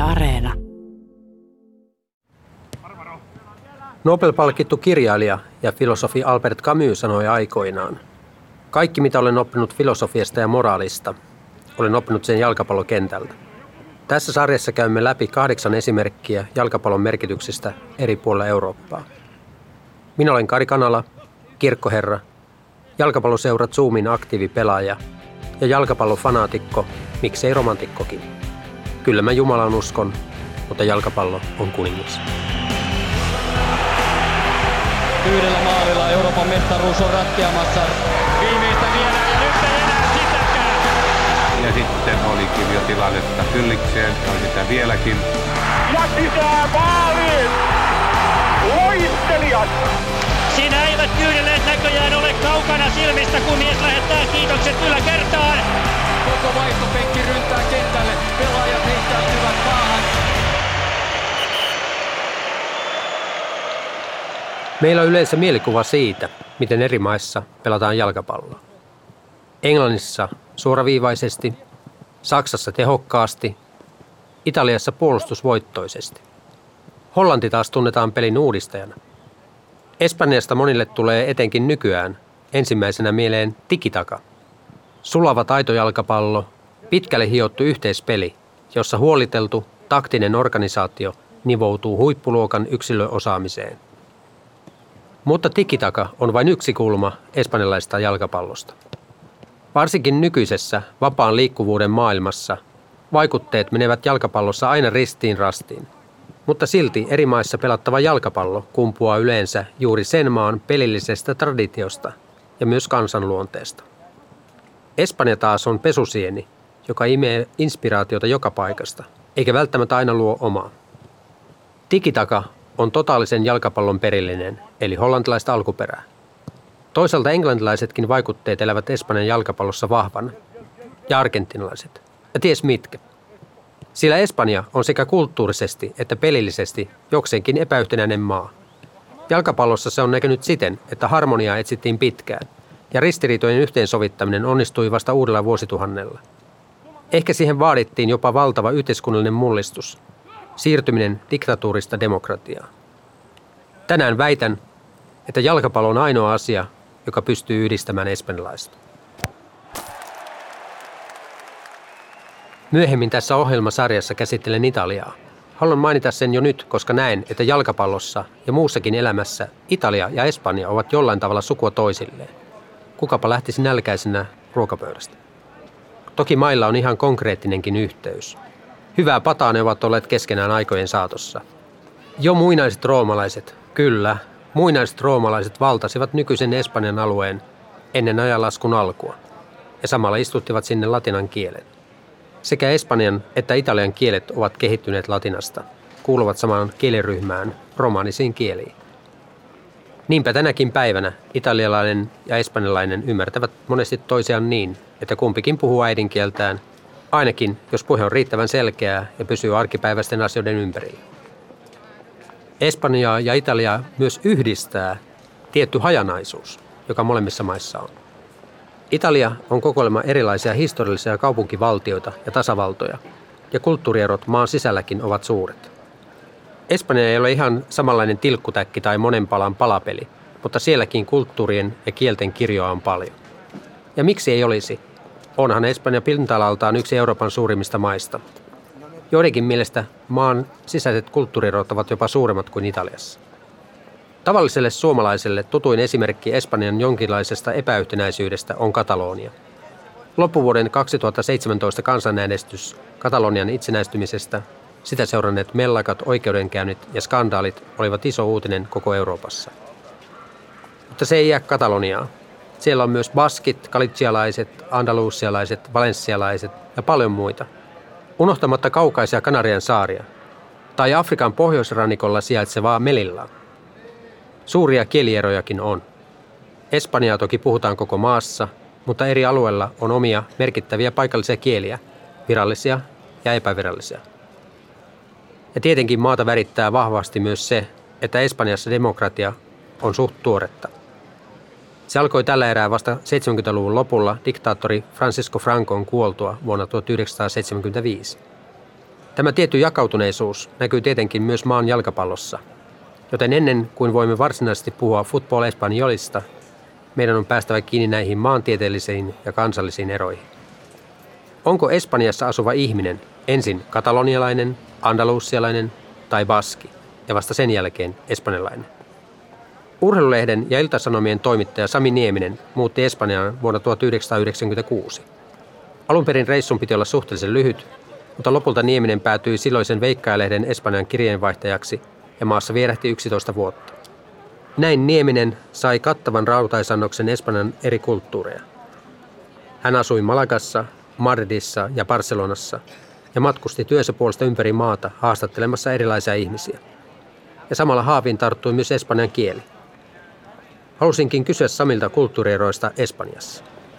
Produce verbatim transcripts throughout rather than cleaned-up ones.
Areena. Nobel-palkittu kirjailija ja filosofi Albert Camus sanoi aikoinaan: kaikki mitä olen oppinut filosofiasta ja moraalista, olen oppinut sen jalkapallokentältä. Tässä sarjassa käymme läpi kahdeksan esimerkkiä jalkapallon merkityksestä eri puolilla Eurooppaa. Minä olen Kari Kanala, kirkkoherra, jalkapalloseurat Zoomin aktiivipelaaja ja jalkapallofanaatikko, miksei romantikkokin. Kyllä mä Jumalan uskon, mutta jalkapallo on kuningas. Yhdellä maalilla Euroopan mestaruus on ratkeamassa. Viimeistä viedään ja nyt ei enää sitäkään. Ja sitten olikin jo tilannetta kyllikseen, on sitä vieläkin. Ja sisään maaliin! Loistelijat! Siinä eivät kyydelleet näköjään ole kaukana silmistä, kun mies lähettää kiitokset yläkertaan. Koko vaihtopenkki ryntää kentälle, pelaajat heittäytyvät maahan. Meillä on yleensä mielikuva siitä, miten eri maissa pelataan jalkapalloa. Englannissa suoraviivaisesti, Saksassa tehokkaasti, Italiassa puolustusvoittoisesti. Hollanti taas tunnetaan pelin uudistajana. Espanjasta monille tulee etenkin nykyään ensimmäisenä mieleen tiki-taka. Sulava taitojalkapallo, pitkälle hiottu yhteispeli, jossa huoliteltu taktinen organisaatio nivoutuu huippuluokan yksilöosaamiseen. Mutta tiki-taka on vain yksi kulma espanjalaisesta jalkapallosta. Varsinkin nykyisessä vapaan liikkuvuuden maailmassa vaikutteet menevät jalkapallossa aina ristiin rastiin. Mutta silti eri maissa pelattava jalkapallo kumpuaa yleensä juuri sen maan pelillisestä traditiosta ja myös kansanluonteesta. Espanja taas on pesusieni, joka imee inspiraatiota joka paikasta, eikä välttämättä aina luo omaa. Tiki-taka on totaalisen jalkapallon perillinen, eli hollantilaista alkuperää. Toisaalta englantilaisetkin vaikutteet elävät Espanjan jalkapallossa vahvana, ja argentinalaiset, ja ties mitkä. Sillä Espanja on sekä kulttuurisesti että pelillisesti jokseenkin epäyhtenäinen maa. Jalkapallossa se on näkynyt siten, että harmoniaa etsittiin pitkään, ja ristiriitojen yhteensovittaminen onnistui vasta uudella vuosituhannella. Ehkä siihen vaadittiin jopa valtava yhteiskunnallinen mullistus, siirtyminen diktatuurista demokratiaan. Tänään väitän, että jalkapallo on ainoa asia, joka pystyy yhdistämään espanjalaista. Myöhemmin tässä ohjelmasarjassa käsittelen Italiaa. Haluan mainita sen jo nyt, koska näen, että jalkapallossa ja muussakin elämässä Italia ja Espanja ovat jollain tavalla sukua toisilleen. Kukapa lähtisi nälkäisenä ruokapöydästä. Toki mailla on ihan konkreettinenkin yhteys. Hyvää pataa ne ovat olleet keskenään aikojen saatossa. Jo muinaiset roomalaiset, kyllä, muinaiset roomalaiset valtasivat nykyisen Espanjan alueen ennen ajanlaskun alkua ja samalla istuttivat sinne latinan kielen. Sekä Espanjan että Italian kielet ovat kehittyneet latinasta, kuuluvat samaan kieliryhmään romaanisiin kieliin. Niinpä tänäkin päivänä italialainen ja espanjalainen ymmärtävät monesti toisiaan niin, että kumpikin puhuu äidinkieltään, ainakin jos puhe on riittävän selkeää ja pysyy arkipäiväisten asioiden ympärillä. Espanjaa ja Italiaa myös yhdistää tietty hajanaisuus, joka molemmissa maissa on. Italia on kokoelma erilaisia historiallisia kaupunkivaltioita ja tasavaltoja, ja kulttuurierot maan sisälläkin ovat suuret. Espanja ei ole ihan samanlainen tilkkutäkki tai monen palan palapeli, mutta sielläkin kulttuurien ja kielten kirjoa on paljon. Ja miksi ei olisi? Onhan Espanja pinta-alaltaan yksi Euroopan suurimmista maista. Joidenkin mielestä maan sisäiset kulttuurierot ovat jopa suuremmat kuin Italiassa. Tavalliselle suomalaiselle tutuin esimerkki Espanjan jonkinlaisesta epäyhtenäisyydestä on Katalonia. Loppuvuoden kaksituhattaseitsemäntoista kansanäänestys Katalonian itsenäistymisestä, sitä seuranneet mellakat, oikeudenkäynnit ja skandaalit olivat iso uutinen koko Euroopassa. Mutta se ei jää Kataloniaan. Siellä on myös baskit, galitsialaiset, andalusialaiset, valenssialaiset ja paljon muita. Unohtamatta kaukaisia Kanarian saaria tai Afrikan pohjoisrannikolla sijaitsevaa Melillaa. Suuria kielierojakin on. Espanjaa toki puhutaan koko maassa, mutta eri alueilla on omia merkittäviä paikallisia kieliä, virallisia ja epävirallisia. Ja tietenkin maata värittää vahvasti myös se, että Espanjassa demokratia on suht tuoretta. Se alkoi tällä erää vasta seitsemänkymmentäluvun lopulla diktaattori Francisco Francon kuoltua vuonna tuhatyhdeksänsataaseitsemänkymmentäviisi. Tämä tietty jakautuneisuus näkyy tietenkin myös maan jalkapallossa, joten ennen kuin voimme varsinaisesti puhua Football Españolista, meidän on päästävä kiinni näihin maantieteellisiin ja kansallisiin eroihin. Onko Espanjassa asuva ihminen ensin katalonialainen, andalusialainen tai baski ja vasta sen jälkeen espanjalainen? Urheilulehden ja Ilta-Sanomien toimittaja Sami Nieminen muutti Espanjaan vuonna tuhatyhdeksänsataayhdeksänkymmentäkuusi. Alun perin reissun piti olla suhteellisen lyhyt, mutta lopulta Nieminen päätyi silloisen Veikkaja-lehden Espanjan kirjeenvaihtajaksi ja maassa vierähti yksitoista vuotta. Näin Nieminen sai kattavan rautaisannoksen Espanjan eri kulttuureja. Hän asui Malagassa, Madridissa ja Barcelonassa ja matkusti työnsä puolesta ympäri maata haastattelemassa erilaisia ihmisiä. Ja samalla haaviin tarttui myös espanjan kieli. Halusinkin kysyä Samilta kulttuurieroista Espanjassa.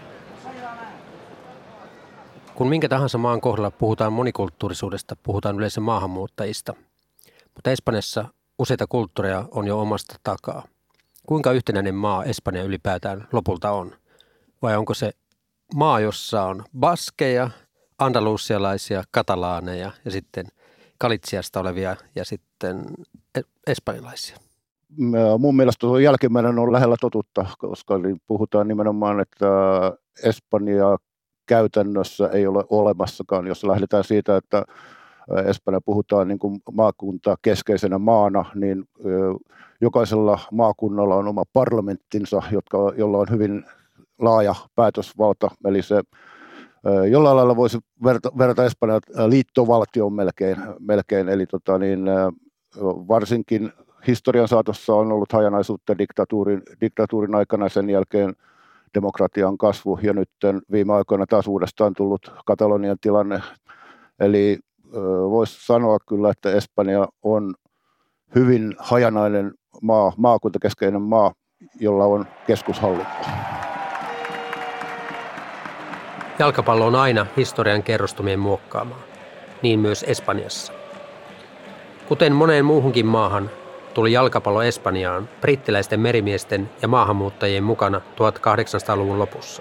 Kun minkä tahansa maan kohdalla puhutaan monikulttuurisuudesta, puhutaan yleensä maahanmuuttajista. Mutta Espanjassa useita kulttuureja on jo omasta takaa. Kuinka yhtenäinen maa Espanja ylipäätään lopulta on? Vai onko se maa, jossa on baskeja, andalusialaisia, katalaaneja ja sitten Galitsiasta olevia ja sitten espanjalaisia? Mun mielestä tuo jälkimmäinen on lähellä totuutta, koska puhutaan nimenomaan, että Espanja käytännössä ei ole olemassakaan, jos lähdetään siitä, että Espanja puhutaan niin kuin maakunta keskeisenä maana, niin jokaisella maakunnalla on oma parlamenttinsa, jotka, jolla on hyvin laaja päätösvalta, eli se jollain lailla voisi verta, verrata Espanjan liittovaltioon melkein, melkein. Eli tota niin, varsinkin historian saatossa on ollut hajanaisuutta diktatuurin, diktatuurin aikana, sen jälkeen demokratian kasvu ja nyt viime aikoina taas uudestaan tullut Katalonian tilanne. Eli voisi sanoa kyllä, että Espanja on hyvin hajanainen maa, maakuntakeskeinen maa, jolla on keskushallinto. Jalkapallo on aina historian kerrostumien muokkaamaa, niin myös Espanjassa. Kuten moneen muuhunkin maahan, tuli jalkapallo Espanjaan brittiläisten merimiesten ja maahanmuuttajien mukana tuhatkahdeksansataaluvun lopussa.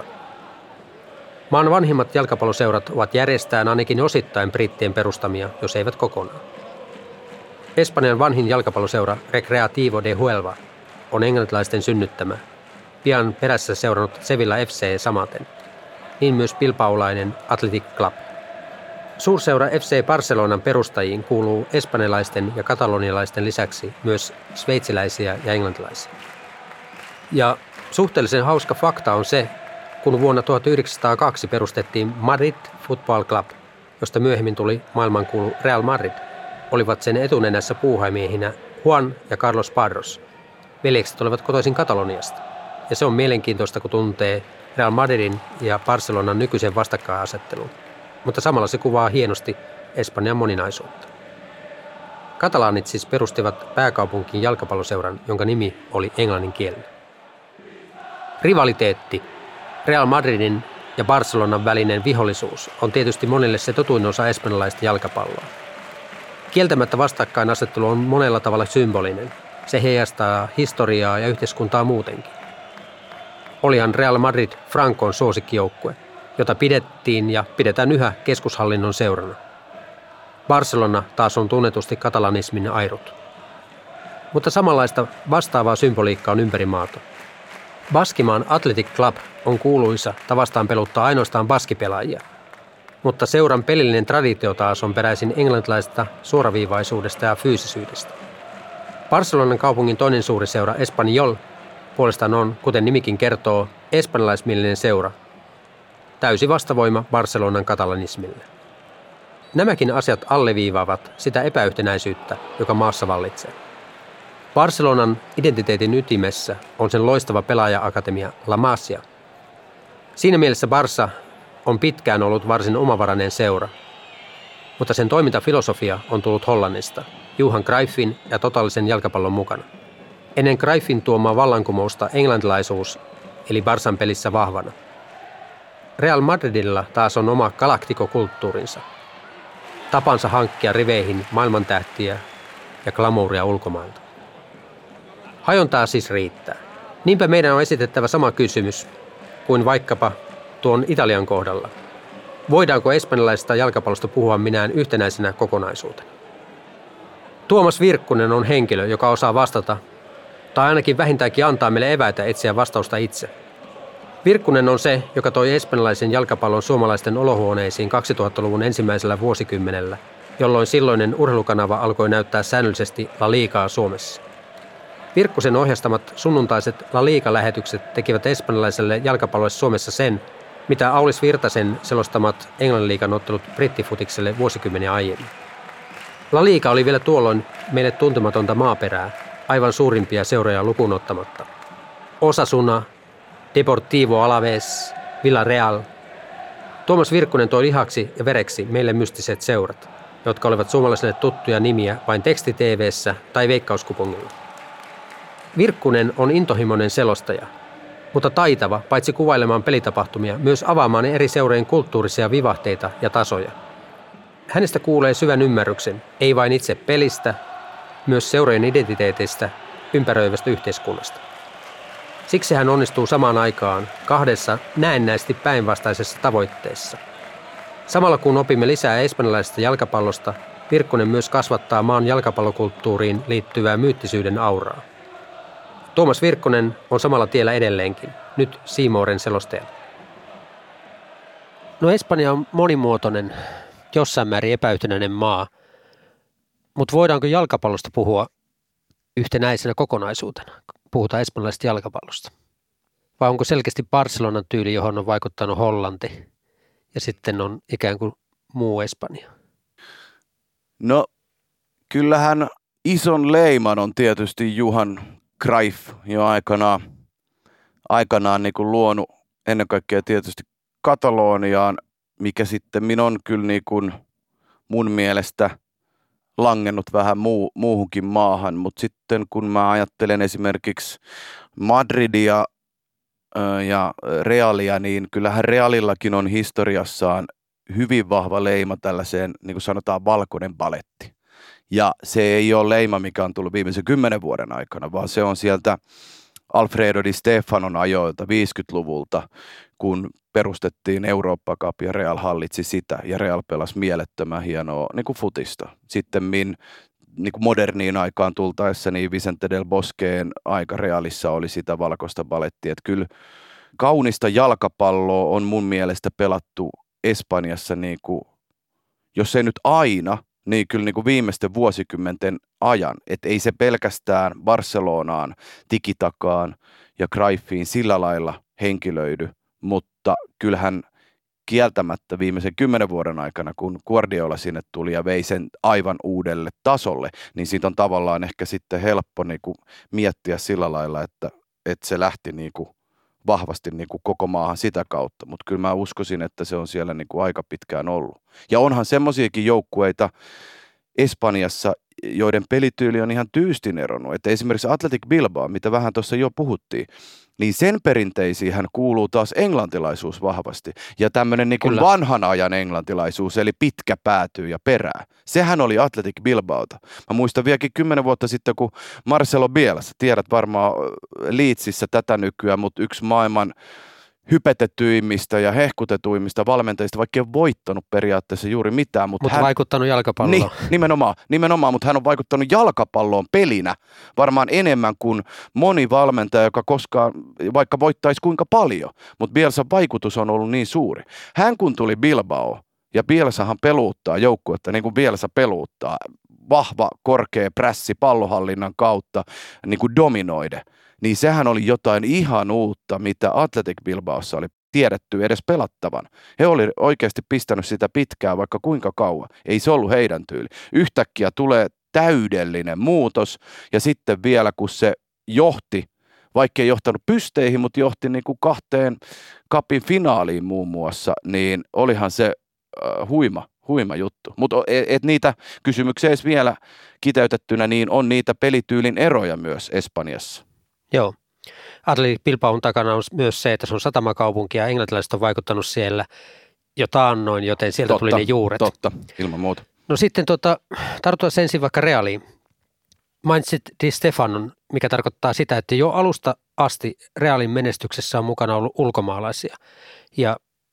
Maan vanhimmat jalkapalloseurat ovat järjestään ainakin osittain brittien perustamia, jos eivät kokonaan. Espanjan vanhin jalkapalloseura Recreativo de Huelva on englantilaisten synnyttämä, pian perässä seurannut Sevilla F C samaten, niin myös bilbaolainen Athletic Club. Suurseura F C Barcelonan perustajiin kuuluu espanjalaisten ja katalonialaisten lisäksi myös sveitsiläisiä ja englantilaisia. Ja suhteellisen hauska fakta on se, kun vuonna tuhatyhdeksänsataakaksi perustettiin Madrid Football Club, josta myöhemmin tuli maailmankuulu Real Madrid, olivat sen etunenässä puuhaimiehinä Juan ja Carlos Parros. Veljekset olivat kotoisin Kataloniasta. Ja se on mielenkiintoista, kun tuntee Real Madridin ja Barcelonan nykyisen vastakkainasettelun. Mutta samalla se kuvaa hienosti Espanjan moninaisuutta. Katalaanit siis perustivat pääkaupunkiin jalkapalloseuran, jonka nimi oli englanninkielinen. Rivaliteetti, Real Madridin ja Barcelonan välinen vihollisuus on tietysti monille se totuin osa espanjalaista jalkapalloa. Kieltämättä vastakkainasettelu on monella tavalla symbolinen. Se heijastaa historiaa ja yhteiskuntaa muutenkin. Olihan Real Madrid Francon suosikkijoukkue, jota pidettiin ja pidetään yhä keskushallinnon seurana. Barcelona taas on tunnetusti katalanismin airut. Mutta samanlaista vastaavaa symboliikkaa on ympäri maata. Baskimaan Athletic Club on kuuluisa tavastaan peluttaa ainoastaan baskipelaajia, mutta seuran pelillinen traditio taas on peräisin englantilaisesta suoraviivaisuudesta ja fyysisyydestä. Barcelonan kaupungin toinen suuri seura Espanyol puolestaan on, kuten nimikin kertoo, espanjalaismielinen seura, täysi vastavoima Barcelonan katalanismille. Nämäkin asiat alleviivaavat sitä epäyhtenäisyyttä, joka maassa vallitsee. Barcelonan identiteetin ytimessä on sen loistava pelaaja-akatemia La Masia. Siinä mielessä Barça on pitkään ollut varsin omavarainen seura, mutta sen toimintafilosofia on tullut Hollannista, Johan Cruyffin ja totaalisen jalkapallon mukana. Ennen Cruyffin tuomaa vallankumousta englantilaisuus eli Barsan pelissä vahvana. Real Madridilla taas on oma galaktikokulttuurinsa. Tapansa hankkia riveihin maailmantähtiä ja glamouria ulkomailta. Hajontaa siis riittää. Niinpä meidän on esitettävä sama kysymys kuin vaikkapa tuon Italian kohdalla. Voidaanko espanjalaisesta jalkapallosta puhua minään yhtenäisenä kokonaisuutena? Tuomas Virkkunen on henkilö, joka osaa vastata, tai ainakin vähintäänkin antaa meille eväitä etsiä vastausta itse. Virkkunen on se, joka toi espanjalaisen jalkapallon suomalaisten olohuoneisiin kaksituhattaluvun ensimmäisellä vuosikymmenellä, jolloin silloinen urheilukanava alkoi näyttää säännöllisesti La Ligaa Suomessa. Virkkusen ohjastamat sunnuntaiset La Liga-lähetykset tekivät espanjalaiselle jalkapallolle Suomessa sen, mitä Aulis Virtasen selostamat Englannin liigan ottelut brittifutikselle vuosikymmeniä aiemmin. La Liga oli vielä tuolloin meille tuntematonta maaperää, aivan suurimpia seuroja lukuun ottamatta. Osasuna, Deportivo Alaves, Villarreal. Tuomas Virkkunen toi lihaksi ja vereksi meille mystiset seurat, jotka olivat suomalaisille tuttuja nimiä vain teksti-tv:ssä tai veikkauskupongilla. Virkkunen on intohimoinen selostaja, mutta taitava paitsi kuvailemaan pelitapahtumia, myös avaamaan eri seurojen kulttuurisia vivahteita ja tasoja. Hänestä kuulee syvän ymmärryksen, ei vain itse pelistä, myös seurojen identiteetistä, ympäröivästä yhteiskunnasta. Siksi hän onnistuu samaan aikaan kahdessa näennäisesti päinvastaisessa tavoitteessa. Samalla kun opimme lisää espanjalaisesta jalkapallosta, Virkkunen myös kasvattaa maan jalkapallokulttuuriin liittyvää myyttisyyden auraa. Tuomas Virkkunen on samalla tiellä edelleenkin, nyt C Moren selostajana. No Espanja on monimuotoinen, jossain määrin epäyhtenäinen maa, mutta voidaanko jalkapallosta puhua yhtenäisenä kokonaisuutena? Puhutaan espanjalaisesta jalkapallosta. Vai onko selkeästi Barcelonan tyyli, johon on vaikuttanut Hollanti ja sitten on ikään kuin muu Espanja? No kyllähän ison leiman on tietysti Johan Cruyff jo aikanaan, aikanaan niin kuin luonut ennen kaikkea tietysti Kataloniaan, mikä sitten on kyllä niin kuin mun mielestä langennut vähän muu, muuhunkin maahan, mutta sitten kun mä ajattelen esimerkiksi Madridia ö, ja Realia, niin kyllähän Realillakin on historiassaan hyvin vahva leima tällaiseen, niin kuin sanotaan, valkoinen paletti. Ja se ei ole leima, mikä on tullut viimeisen kymmenen vuoden aikana, vaan se on sieltä Alfredo Di Stefanon ajoilta viisikymmentäluvulta, kun perustettiin Eurooppa Cup ja Real hallitsi sitä ja Real pelasi mielettömän hienoa niin kuin futista. Sitten min, niin kuin moderniin aikaan tultaessa, niin Vicente del Bosqueen aika Realissa oli sitä valkoista balettia. Että kyllä kaunista jalkapalloa on mun mielestä pelattu Espanjassa, niin kuin, jos ei nyt aina, niin kyllä niin kuin viimeisten vuosikymmenten ajan. Että ei se pelkästään Barcelonaan, tikitakaan ja Cruyffiin sillä lailla henkilöidy, mutta kyllähän kieltämättä viimeisen kymmenen vuoden aikana, kun Guardiola sinne tuli ja vei sen aivan uudelle tasolle, niin siitä on tavallaan ehkä sitten helppo niin kuin miettiä sillä lailla, että, että se lähti niin kuin vahvasti niin kuin koko maahan sitä kautta, mutta kyllä mä uskoisin, että se on siellä niin kuin aika pitkään ollut. Ja onhan semmoisiakin joukkueita Espanjassa, joiden pelityyli on ihan tyystin eronnut, että esimerkiksi Athletic Bilbao, mitä vähän tuossa jo puhuttiin, niin sen perinteisiinhän kuuluu taas englantilaisuus vahvasti. Ja tämmöinen niin kuin vanhan ajan englantilaisuus, eli pitkä päätyy ja perää. Sehän oli Athletic Bilbaota. Mä muistan vieläkin kymmenen vuotta sitten, kun Marcelo Bielsa, tiedät varmaan Leedsissä tätä nykyään, mutta yksi maailman hypetetyimmistä ja hehkutetuimmista valmentajista, vaikka ei ole voittanut periaatteessa juuri mitään. Mutta Mut hän vaikuttanut jalkapalloon. Niin, nimenomaan, nimenomaan, mutta hän on vaikuttanut jalkapalloon pelinä varmaan enemmän kuin moni valmentaja, joka koskaan, vaikka voittaisi kuinka paljon, mutta Bielsan vaikutus on ollut niin suuri. Hän kun tuli Bilbao, ja Bielsahan peluuttaa joukkuetta, niin kuin Bielsa peluuttaa, vahva, korkea prässi pallohallinnan kautta, niin kuin dominoide, niin sehän oli jotain ihan uutta, mitä Athletic Bilbaossa oli tiedetty edes pelattavan. He oli oikeasti pistänyt sitä pitkään vaikka kuinka kauan. Ei se ollut heidän tyyli. Yhtäkkiä tulee täydellinen muutos ja sitten vielä kun se johti, vaikka ei johtanut pysteihin, mutta johti niin kuin kahteen kapin finaaliin muun muassa, niin olihan se äh, huima. Huima juttu. Mutta et, et niitä kysymyksiä edes vielä kiteytettynä, niin on niitä pelityylin eroja myös Espanjassa. Joo. Athletic Bilbaon takana on myös se, että se on satamakaupunki ja englantilaiset on vaikuttanut siellä jo taannoin, joten sieltä totta, tuli ne juuret. Totta, ilman muuta. No sitten tota, tartutaan ensin vaikka Realiin. Mainitsit Di Stefanon, mikä tarkoittaa sitä, että jo alusta asti Realin menestyksessä on mukana ollut ulkomaalaisia. Ja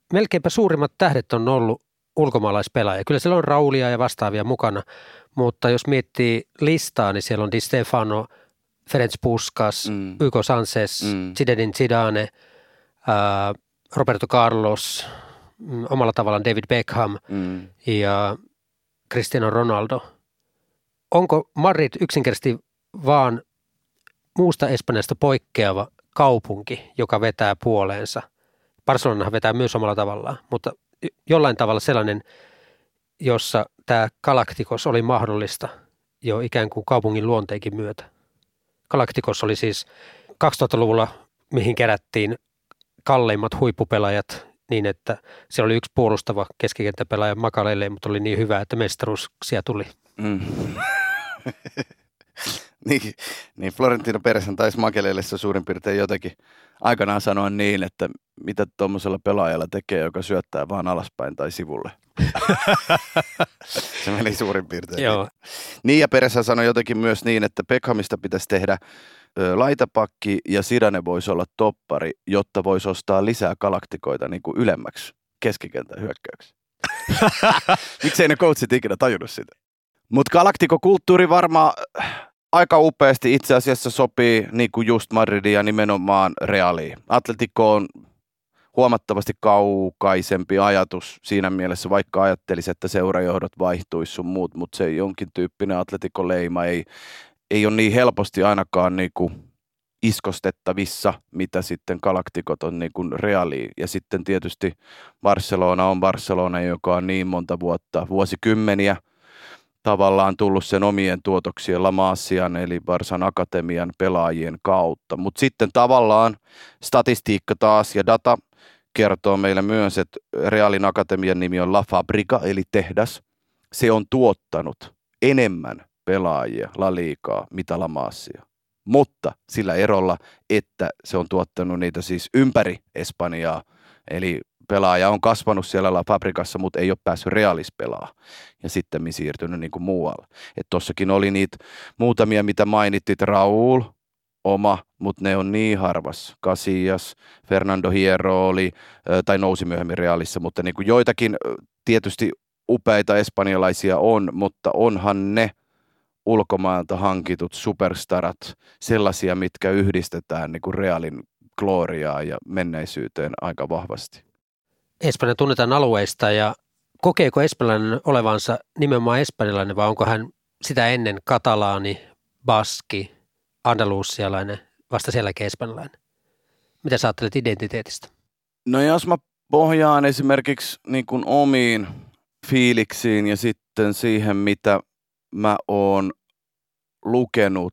melkeinpä suurimmat tähdet on ollut ulkomaalaispelaajia. Kyllä siellä on Raulia ja vastaavia mukana, mutta jos miettii listaa, niin siellä on Di Stefano, Ferenc Puskas, mm. Hugo Sanchez, mm. Zinedine Zidane, ää, Roberto Carlos, mm, omalla tavallaan David Beckham mm. ja Cristiano Ronaldo. Onko Madrid yksinkertaisesti vaan muusta Espanjasta poikkeava kaupunki, joka vetää puoleensa? Barcelonahan vetää myös omalla tavallaan, mutta jollain tavalla sellainen, jossa tämä Galacticos oli mahdollista jo ikään kuin kaupungin luonteenkin myötä. Galacticos oli siis kaksituhattaluvulla, mihin kerättiin kalleimmat huippupelaajat niin, että siellä oli yksi puolustava keskikenttäpelaaja Makalele, mutta oli niin hyvä, että mestaruuksia tuli. Mm. niin, niin Florentino Perezhän taisi Makelelessä suurin piirtein jotenkin aikanaan sanoa niin, että mitä tuommoisella pelaajalla tekee, joka syöttää vaan alaspäin tai sivulle. Se meni suurin piirtein. Joo. Niin ja Perezhän sanoi jotenkin myös niin, että Beckhamista pitäisi tehdä ö, laitapakki ja Zidane voisi olla toppari, jotta voisi ostaa lisää galaktikoita niin kuin ylemmäksi keskikentän hyökkäyksi. Miksei ne coachit ikinä tajunnut sitä? Mutta galaktikokulttuuri varmaan aika upeasti itse asiassa sopii niin kuin just Madridin ja nimenomaan Realiin. Atletico on huomattavasti kaukaisempi ajatus siinä mielessä, vaikka ajattelisi, että seurajohdot vaihtuisi sun muut, mutta se jonkin tyyppinen Atletico-leima ei, ei ole niin helposti ainakaan niin kuin iskostettavissa, mitä sitten galaktikot on niin kuin Realiin. Ja sitten tietysti Barcelona on Barcelona, joka on niin monta vuotta, vuosikymmeniä, tavallaan tullut sen omien tuotoksien La Masian eli Barsan akatemian pelaajien kautta. Mutta sitten tavallaan statistiikka taas ja data kertoo meille myös, että Realin akatemian nimi on La Fabrica eli tehdas. Se on tuottanut enemmän pelaajia La Ligaa mitä La Masia. Mutta sillä erolla, että se on tuottanut niitä siis ympäri Espanjaa. Eli pelaaja on kasvanut siellä La Fabricassa, mutta ei ole päässyt Realis pelaa. Ja sitten siirtynyt niin kuin muualle. Että tossakin oli niitä muutamia, mitä mainittit, Raúl, oma, mutta ne on niin harvassa. Casillas, Fernando Hierro oli, tai nousi myöhemmin Realissa, mutta niin kuin joitakin tietysti upeita espanjalaisia on, mutta onhan ne ulkomailta hankitut superstarat sellaisia, mitkä yhdistetään niin kuin Realin gloriaa ja menneisyyteen aika vahvasti. Espanja tunnetaan alueista ja kokeeko espanjalainen olevansa nimenomaan espanjalainen vai onko hän sitä ennen katalaani, baski, andalusialainen, vasta sen jälkeen espanjalainen? Mitä sä ajattelet identiteetistä? No jos mä pohjaan esimerkiksi niin kuin omiin fiiliksiin ja sitten siihen, mitä mä oon lukenut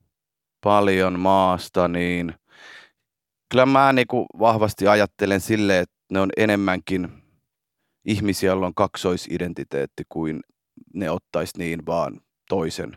paljon maasta, niin kyllä mä niin kuin vahvasti ajattelen silleen, että ne on enemmänkin ihmisiä, joilla on kaksoisidentiteetti kuin ne ottaisi niin vaan toisen.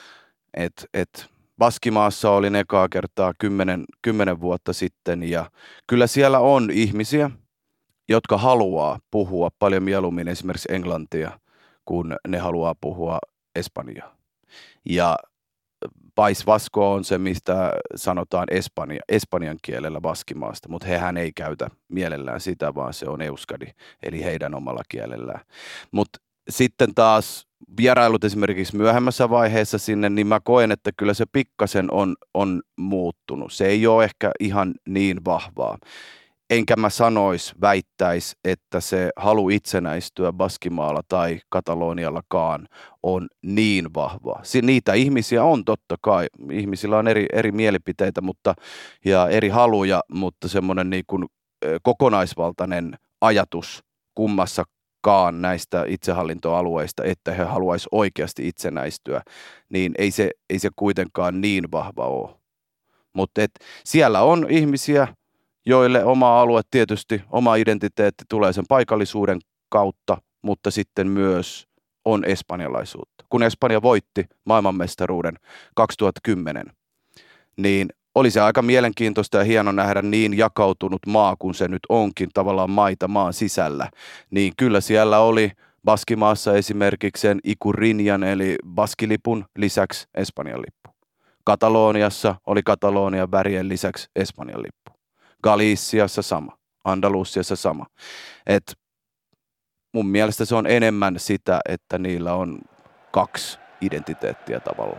Et, et Baskimaassa olin ekaa kertaa kymmenen, kymmenen vuotta sitten ja kyllä siellä on ihmisiä, jotka haluaa puhua paljon mieluummin esimerkiksi englantia, kun ne haluaa puhua espanjaa. Ja Pais Vasco on se, mistä sanotaan Espanja, espanjan kielellä Baskimaasta, mutta hehän ei käytä mielellään sitä, vaan se on euskadi, eli heidän omalla kielellään. Mutta sitten taas vierailut esimerkiksi myöhemmässä vaiheessa sinne, niin mä koen, että kyllä se pikkasen on, on muuttunut. Se ei ole ehkä ihan niin vahvaa. Enkä mä sanois, väittäis, että se halu itsenäistyä Baskimaalla tai Kataloniallakaan on niin vahva. Niitä ihmisiä on totta kai. Ihmisillä on eri, eri mielipiteitä mutta, ja eri haluja, mutta semmoinen niin kuin kokonaisvaltainen ajatus kummassakaan näistä itsehallintoalueista, että he haluaisi oikeasti itsenäistyä, niin ei se, ei se kuitenkaan niin vahva ole. Mutta siellä on ihmisiä, joille oma alue tietysti, oma identiteetti tulee sen paikallisuuden kautta, mutta sitten myös on espanjalaisuutta. Kun Espanja voitti maailmanmestaruuden kaksituhattakymmenen, niin oli se aika mielenkiintoista ja hieno nähdä niin jakautunut maa, kun se nyt onkin tavallaan maita maan sisällä. Niin kyllä siellä oli Baskimaassa esimerkiksi sen Ikurinjan eli baskilipun lisäksi Espanjan lippu. Kataloniassa oli Katalonian värien lisäksi Espanjan lippu. Galiciassa sama. Andalusiassa sama. Et mun mielestä se on enemmän sitä, että niillä on kaksi identiteettiä tavallaan.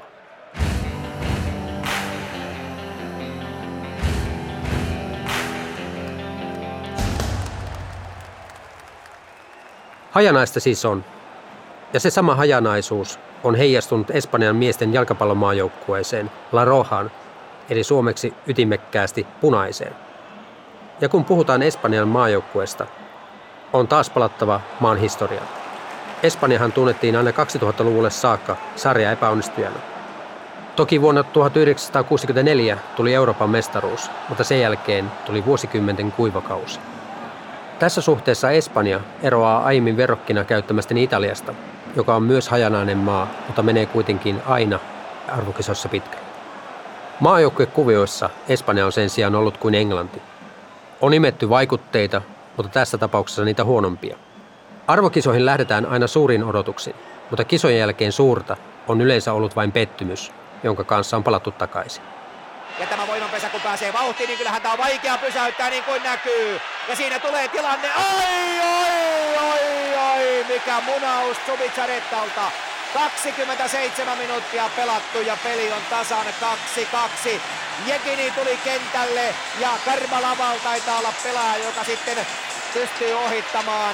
Hajanaista siis on. Ja se sama hajanaisuus on heijastunut Espanjan miesten jalkapallomaajoukkueeseen La Rojan, eli suomeksi ytimekkäästi punaiseen. Ja kun puhutaan Espanjan maajoukkueesta, on taas palattava maan historiaan. Espanjahan tunnettiin aina kaksituhattaluvulle saakka sarja epäonnistujana. Toki vuonna tuhatyhdeksänsataakuusikymmentäneljä tuli Euroopan mestaruus, mutta sen jälkeen tuli vuosikymmenten kuivakausi. Tässä suhteessa Espanja eroaa aiemmin verrokkina käyttämästäni Italiasta, joka on myös hajanainen maa, mutta menee kuitenkin aina arvokisossa pitkälle. Maajoukkuekuvioissa Espanja on sen sijaan ollut kuin Englanti. On imetty vaikutteita, mutta tässä tapauksessa niitä huonompia. Arvokisoihin lähdetään aina suurin odotuksin, mutta kisojen jälkeen suurta on yleensä ollut vain pettymys, jonka kanssa on palattu takaisin. Ja tämä voimanpesä kun pääsee vauhtiin, niin kyllähän tämä on vaikea pysäyttää niin kuin näkyy. Ja siinä tulee tilanne, ai, ai, ai, ai, mikä munaus Zubizarretalta. kaksikymmentäseitsemän minuuttia pelattu ja peli on tasan kaksi kaksi. Jekini tuli kentälle ja Karmalaval taitaa olla pelaaja, joka sitten pystyy ohittamaan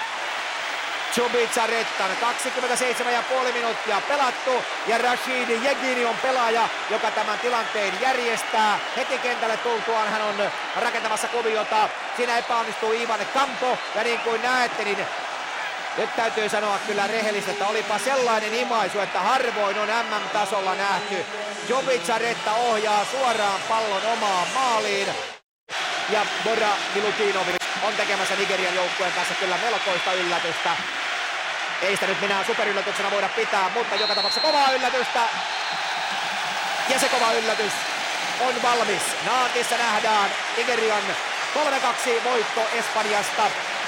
Zubizarretan. kaksikymmentäseitsemän pilkku viisi minuuttia pelattu ja Rashid Yegini on pelaaja, joka tämän tilanteen järjestää. Heti kentälle tultuaan hän on rakentamassa kuviota. Siinä epäonnistuu Ivan Campo ja niin kuin näette, niin nyt täytyy sanoa kyllä rehellisesti, että olipa sellainen imaisu, että harvoin on M M-tasolla nähty. Zubizarreta ohjaa suoraan pallon omaan maaliin. Ja Bora Milutinovic on tekemässä Nigerian joukkueen kanssa kyllä melkoista yllätystä. Ei sitä nyt minä superyllätyksenä voida pitää, mutta joka tapauksessa kovaa yllätystä. Ja se kova yllätys on valmis. Naantissa nähdään Nigerian kolme kaksi voitto Espanjasta.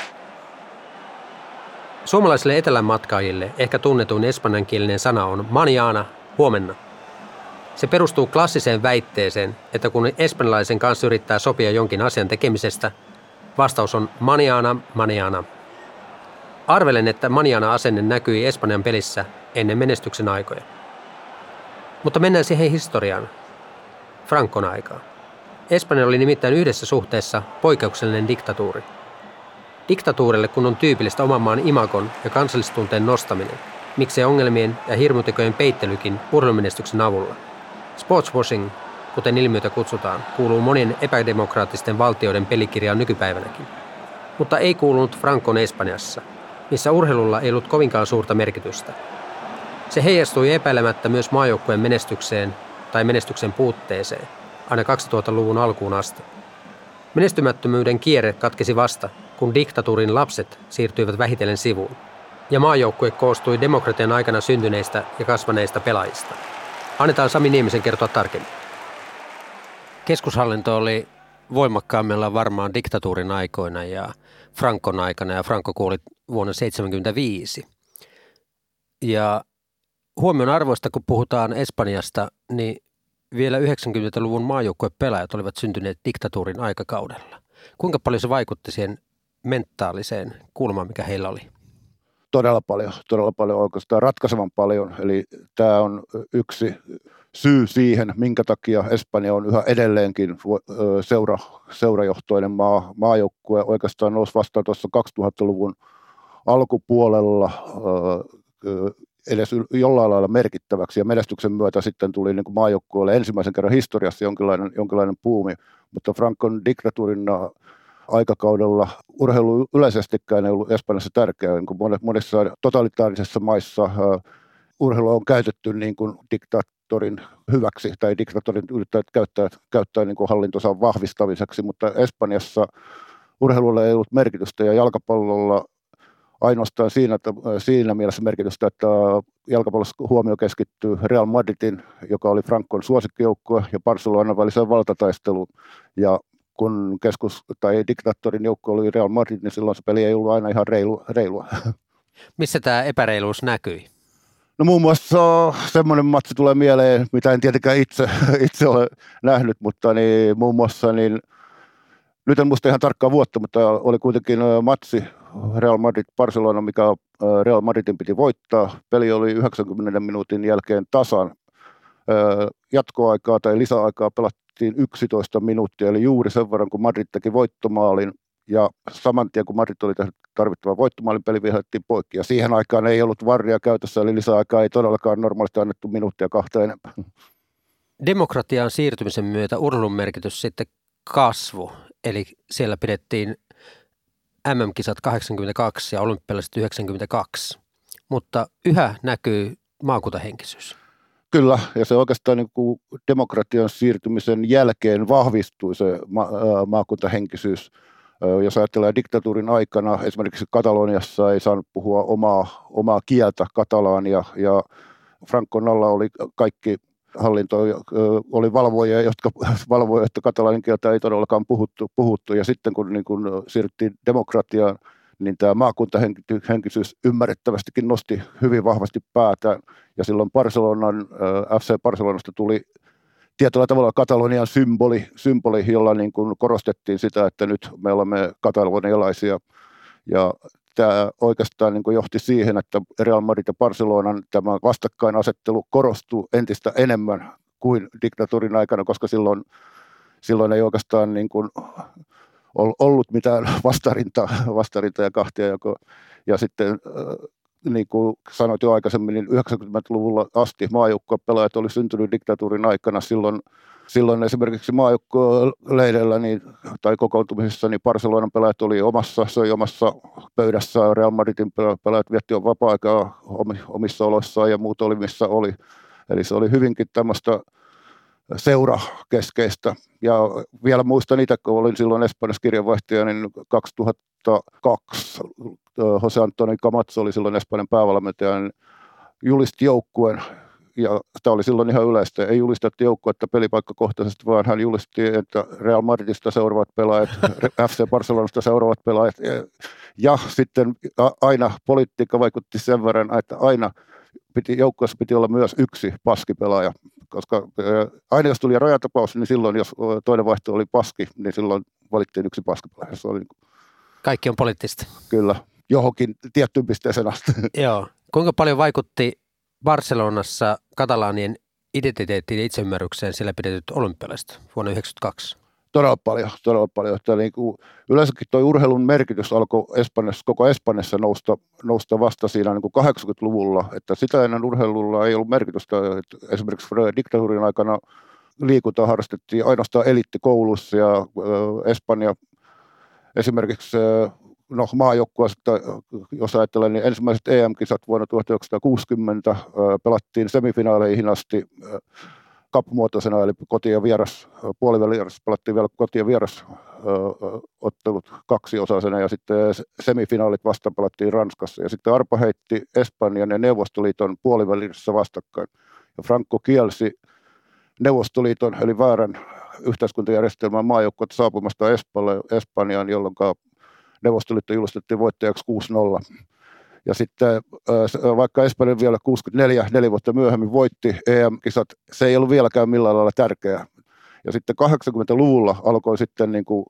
Suomalaisille etelän matkaajille ehkä tunnetuin espanjankielinen sana on mañana, huomenna. Se perustuu klassiseen väitteeseen, että kun espanjalaisen kanssa yrittää sopia jonkin asian tekemisestä, vastaus on mañana, mañana. Arvelen, että mañana-asenne näkyi Espanjan pelissä ennen menestyksen aikoja. Mutta mennään siihen historiaan, Francon aikaan. Espanja oli nimittäin yhdessä suhteessa poikkeuksellinen diktatuuri. Diktatuurille kun on tyypillistä oman maan imagon ja kansallistunteen nostaminen, miksei ongelmien ja hirmutekojen peittelykin urheilumenestyksen avulla. Sportswashing, kuten ilmiötä kutsutaan, kuuluu monien epädemokraattisten valtioiden pelikirjaan nykypäivänäkin. Mutta ei kuulunut Francon Espanjassa, missä urheilulla ei ollut kovinkaan suurta merkitystä. Se heijastui epäilemättä myös maajoukkueen menestykseen tai menestyksen puutteeseen aina kaksituhattaluvun alkuun asti. Menestymättömyyden kierre katkesi vasta, kun diktatuurin lapset siirtyivät vähitellen sivuun, ja maajoukkue koostui demokratian aikana syntyneistä ja kasvaneista pelaajista. Annetaan Sami Niemisen kertoa tarkemmin. Keskushallinto oli voimakkaimmillaan varmaan diktatuurin aikoina ja Francon aikana, ja Franco kuoli vuonna tuhatyhdeksänsataaseitsemänkymmentäviisi. Ja huomion arvoista, kun puhutaan Espanjasta, niin vielä yhdeksänkymmentäluvun maajoukkuepelaajat olivat syntyneet diktatuurin aikakaudella. Kuinka paljon se vaikutti siihen mentaaliseen kulmaan, mikä heillä oli? Todella paljon, todella paljon, oikeastaan ratkaisevan paljon. Eli tämä on yksi syy siihen, minkä takia Espanja on yhä edelleenkin seura, seurajohtoinen maa, maajoukkue. Oikeastaan nousi vasta tuossa kaksituhattaluvun alkupuolella edes jollain lailla merkittäväksi, ja menestyksen myötä sitten tuli niin kuin maajoukkueelle ensimmäisen kerran historiassa jonkinlainen, jonkinlainen buumi, mutta Francon diktatuurin aikakaudella urheilu yleisestikään ei ollut Espanjassa tärkeää. Niin kuin monissa totalitaarisissa maissa uh, urheilu on käytetty niin kuin diktaattorin hyväksi, tai diktaattorin yrittäjät käyttää, käyttää niin kuin hallintonsa vahvistamiseksi, mutta Espanjassa urheilulla ei ollut merkitystä, ja jalkapallolla ainoastaan siinä, että, siinä mielessä merkitystä, että jalkapallossa huomio keskittyy Real Madridin, joka oli Francon suosikkijoukkue, ja Barcelonan väliseen valtataisteluun. Ja kun keskus- tai diktaattorin joukkue oli Real Madrid, niin silloin se peli ei ollut aina ihan reilu, reilua. Missä tämä epäreiluus näkyi? No muun muassa semmoinen matsi tulee mieleen, mitä en tietenkään itse, itse ole nähnyt, mutta niin, muun muassa niin nyt en muista ihan tarkkaa vuotta, mutta oli kuitenkin matsi Real Madrid-Barcelona, mikä Real Madridin piti voittaa. Peli oli yhdeksänkymmentä minuutin jälkeen tasan. Jatkoaikaa tai lisäaikaa pelattiin yksitoista minuuttia, eli juuri sen verran, kun Madrid teki voittomaalin. Ja saman tien, kun Madrid oli tehnyt tarvittavan voittomaalin, peli vihellettiin poikki. Ja siihen aikaan ei ollut varria käytössä, eli lisäaikaa ei todellakaan normaalisti annettu minuuttia kahta enempää. Demokratiaan siirtymisen myötä urheilun merkitys sitten kasvu. Eli siellä pidettiin M M-kisat kahdeksankymmentäkaksi ja olympialaiset yhdeksänkymmentäkaksi. Mutta yhä näkyy maakuntahenkisyys. Kyllä, ja se oikeastaan niin kuin demokratian siirtymisen jälkeen vahvistui se ma- maakuntahenkisyys. Jos ajatellaan diktatuurin aikana, esimerkiksi Kataloniassa ei saanut puhua omaa, omaa kieltä, katalaania, ja Francon alla oli kaikki hallinto, oli valvojia, jotka valvoivat, että katalaanin kieltä ei todellakaan puhuttu, puhuttu. Ja sitten kun, niin kun siirryttiin demokratiaan, niin tämä maakuntahenkisyys ymmärrettävästikin nosti hyvin vahvasti päätään. Ja silloin Barcelonan, F C Barcelonasta tuli tietyllä tavalla Katalonian symboli, symboli jolla niin kuin korostettiin sitä, että nyt me olemme katalonialaisia. Ja tämä oikeastaan niin kuin johti siihen, että Real Madrid ja Barcelonan tämä vastakkainasettelu korostuu entistä enemmän kuin diktatuurin aikana, koska silloin, silloin ei oikeastaan niin kuin ollut mitään vastarintaa, vastarintaa ja kahtiajako. Ja sitten niin kuin sanoit jo aikaisemmin, niin yhdeksänkymmentäluvulla asti maajoukkuepelaajat oli syntynyt diktatuurin aikana. Silloin, silloin esimerkiksi maajoukkueleireillä niin, tai kokoontumisissa niin Barcelonan pelaajat oli omassa, söi omassa pöydässä, Real Madridin pelaajat vietti on vapaa-aikaa omissa oloissaan ja muut oli missä oli. Eli se oli hyvinkin tämmöistä seurakeskeistä. Ja vielä muistan itse, kun olin silloin Espanjassa kirjanvaihtaja, niin kaksituhattakaksi Jose Antonio Camacho oli silloin Espanjan päävalmentaja, niin julisti joukkueen, ja tämä oli silloin ihan yleistä. Ei julistettu joukkuetta pelipaikkakohtaisesti, vaan hän julisti, että Real Madridista seuraavat pelaajat, F C Barcelonasta seuraavat pelaajat, ja, ja sitten aina politiikka vaikutti sen verran, että aina piti, joukkueessa piti olla myös yksi paskipelaaja, koska aina jos tuli rajatapaus, niin silloin jos toinen vaihto oli paski, niin silloin valittiin yksi paskipelaaja. Se oli niin kuin, kaikki on poliittista. Kyllä, johonkin tiettyyn pisteeseen asti. Joo. Kuinka paljon vaikutti Barcelonassa katalaanien identiteettiin ja itseymmärrykseen siellä pidetyt olympialaiset vuonna yhdeksänkymmentäkaksi? Todella paljon, todella paljon. Että niin kuin yleensäkin tuo urheilun merkitys alkoi Espanjassa, koko Espanjassa nousta, nousta vasta siinä niin kuin kahdeksankymmentäluvulla, että sitä ennen urheilulla ei ollut merkitystä. Että esimerkiksi diktatuurin aikana liikuntaa harrastettiin ainoastaan eliittikouluissa ja äh, Espanja esimerkiksi äh, no, maajoukkueesta, jos ajatellaan, niin ensimmäiset E M-kisat vuonna tuhatyhdeksänsataakuusikymmentä äh, pelattiin semifinaaleihin asti äh, cup-muotoisena, eli koti- ja vieras, puolivälierassa pelattiin vielä koti- ja vieras ö, ottelut kaksiosaisena, ja sitten semifinaalit vasta pelattiin Ranskassa, ja sitten Arpa heitti Espanjan ja Neuvostoliiton puolivälierassa vastakkain, ja Franco kielsi Neuvostoliiton, eli väärän yhteiskuntajärjestelmän maajoukkueet saapumasta Espanjaan, jolloin Neuvostoliitto julistettiin voittajaksi kuusi nolla. Ja sitten vaikka Espanja vielä kuusikymmentäneljä, neljä vuotta myöhemmin voitti E M-kisat, se ei ollut vieläkään millään lailla tärkeää. Ja sitten kahdeksankymmentäluvulla alkoi sitten niin kuin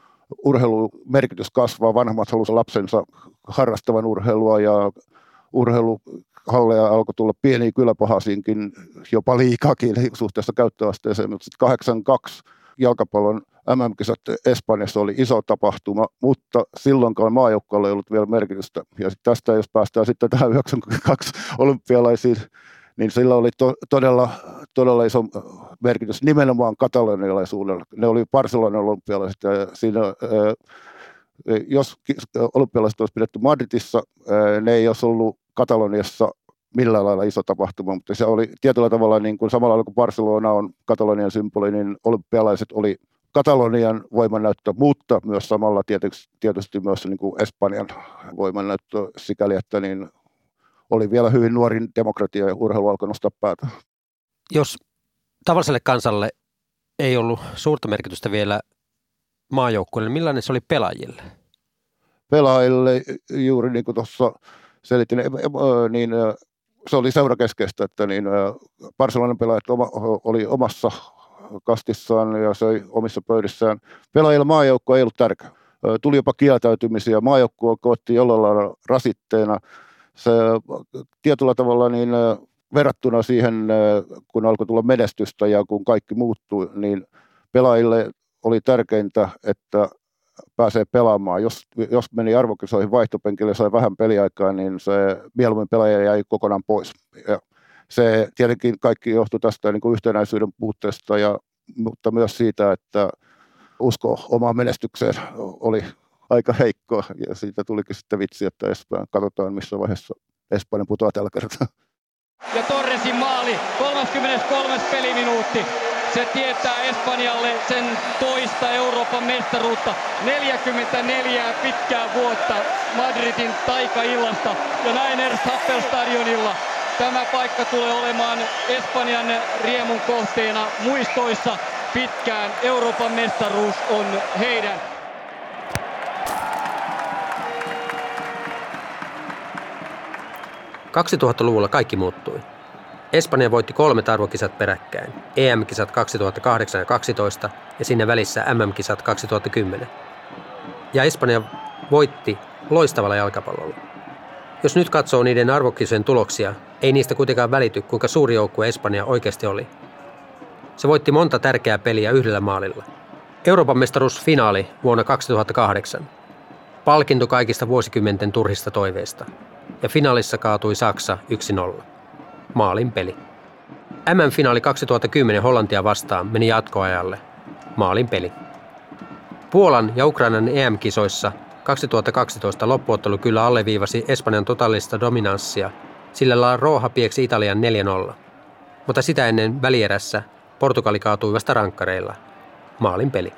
urheilumerkitys kasvaa. Vanhemmat halusivat lapsensa harrastavan urheilua ja urheiluhalleja alkoi tulla pieniä kyläpahasiinkin, jopa liikakin suhteessa käyttöasteeseen. Mutta sitten kahdeksankymmentäkaksi jalkapallon M M-kisat Espanjassa oli iso tapahtuma, mutta silloinkaan maajoukkueella ei ollut vielä merkitystä. Ja sitten tästä, jos päästään sitten tähän yhdeksänkymmentäkaksi olympialaisiin, niin sillä oli to, todella, todella iso merkitys nimenomaan katalonialaisuudella. Ne oli Barcelonan olympialaiset, ja siinä, jos olympialaiset olisi pidetty Madridissa, ne ei olisi ollut Kataloniassa millään lailla iso tapahtuma, mutta se oli tietyllä tavalla niin kuin samalla lailla kuin Barcelona on Katalonian symboli, niin olympialaiset oli Katalonian voimannäyttö, mutta myös samalla tietysti, tietysti myös niin kuin Espanjan voimannäyttö sikäli, että niin oli vielä hyvin nuorin demokratia ja urheilu alkoi nostaa päätä. Jos tavalliselle kansalle ei ollut suurta merkitystä vielä maajoukkueelle, niin millainen se oli pelaajille? Pelaajille juuri niin kuin tuossa selitin, niin se oli seurakeskeistä, että niin Barcelonan pelaajat oma, oli omassa kastissaan ja söi omissa pöydissään. Pelaajilla maajoukko ei ollut tärkeä. Tuli jopa kieltäytymisiä. Maajoukkue koettiin jollain lailla rasitteena. Se tietyllä tavalla niin verrattuna siihen, kun alkoi tulla menestystä ja kun kaikki muuttui, niin pelaajille oli tärkeintä, että pääsee pelaamaan. Jos, jos meni arvokisoihin vaihtopenkille ja sai vähän peliaikaa, niin se mieluummin pelaaja jäi kokonaan pois. Ja se tietenkin kaikki johtui tästä niin kuin yhtenäisyyden puutteesta, ja, mutta myös siitä, että usko omaan menestykseen oli aika heikkoa. Ja siitä tulikin sitten vitsi, että Espanja, katsotaan missä vaiheessa Espanja putoaa tällä kertaa. Ja Torresin maali, kolmaskymmeneskolmas peliminuutti. Se tietää Espanjalle sen toista Euroopan mestaruutta. neljäkymmentäneljä pitkää vuotta Madridin taikaillasta. Ja näin Ernst Happel-stadionilla tämä paikka tulee olemaan Espanjan riemun kohteena muistoissa pitkään. Euroopan mestaruus on heidän. kaksituhattaluvulla kaikki muuttui. Espanja voitti kolme arvokisat peräkkäin, E M-kisat kaksituhattakahdeksan ja kaksitoista ja sinne välissä M M-kisat kaksituhattakymmenen. Ja Espanja voitti loistavalla jalkapallolla. Jos nyt katsoo niiden arvokisojen tuloksia, ei niistä kuitenkaan välity, kuinka suuri joukkue Espanja oikeasti oli. Se voitti monta tärkeää peliä yhdellä maalilla. Euroopan mestaruusfinaali vuonna kaksituhattakahdeksan. Palkinto kaikista vuosikymmenten turhista toiveista. Ja finaalissa kaatui Saksa yksi nolla. Maalin peli. M M-finaali kaksituhattakymmenen Hollantia vastaan meni jatkoajalle. Maalin peli. Puolan ja Ukrainan E M-kisoissa kaksituhattakaksitoista loppuottelu kyllä alleviivasi Espanjan totaalista dominanssia, sillä La Roja pieksi Italian neljä nolla. Mutta sitä ennen välierässä Portugali kaatui vasta rankkareilla. Maalin peli.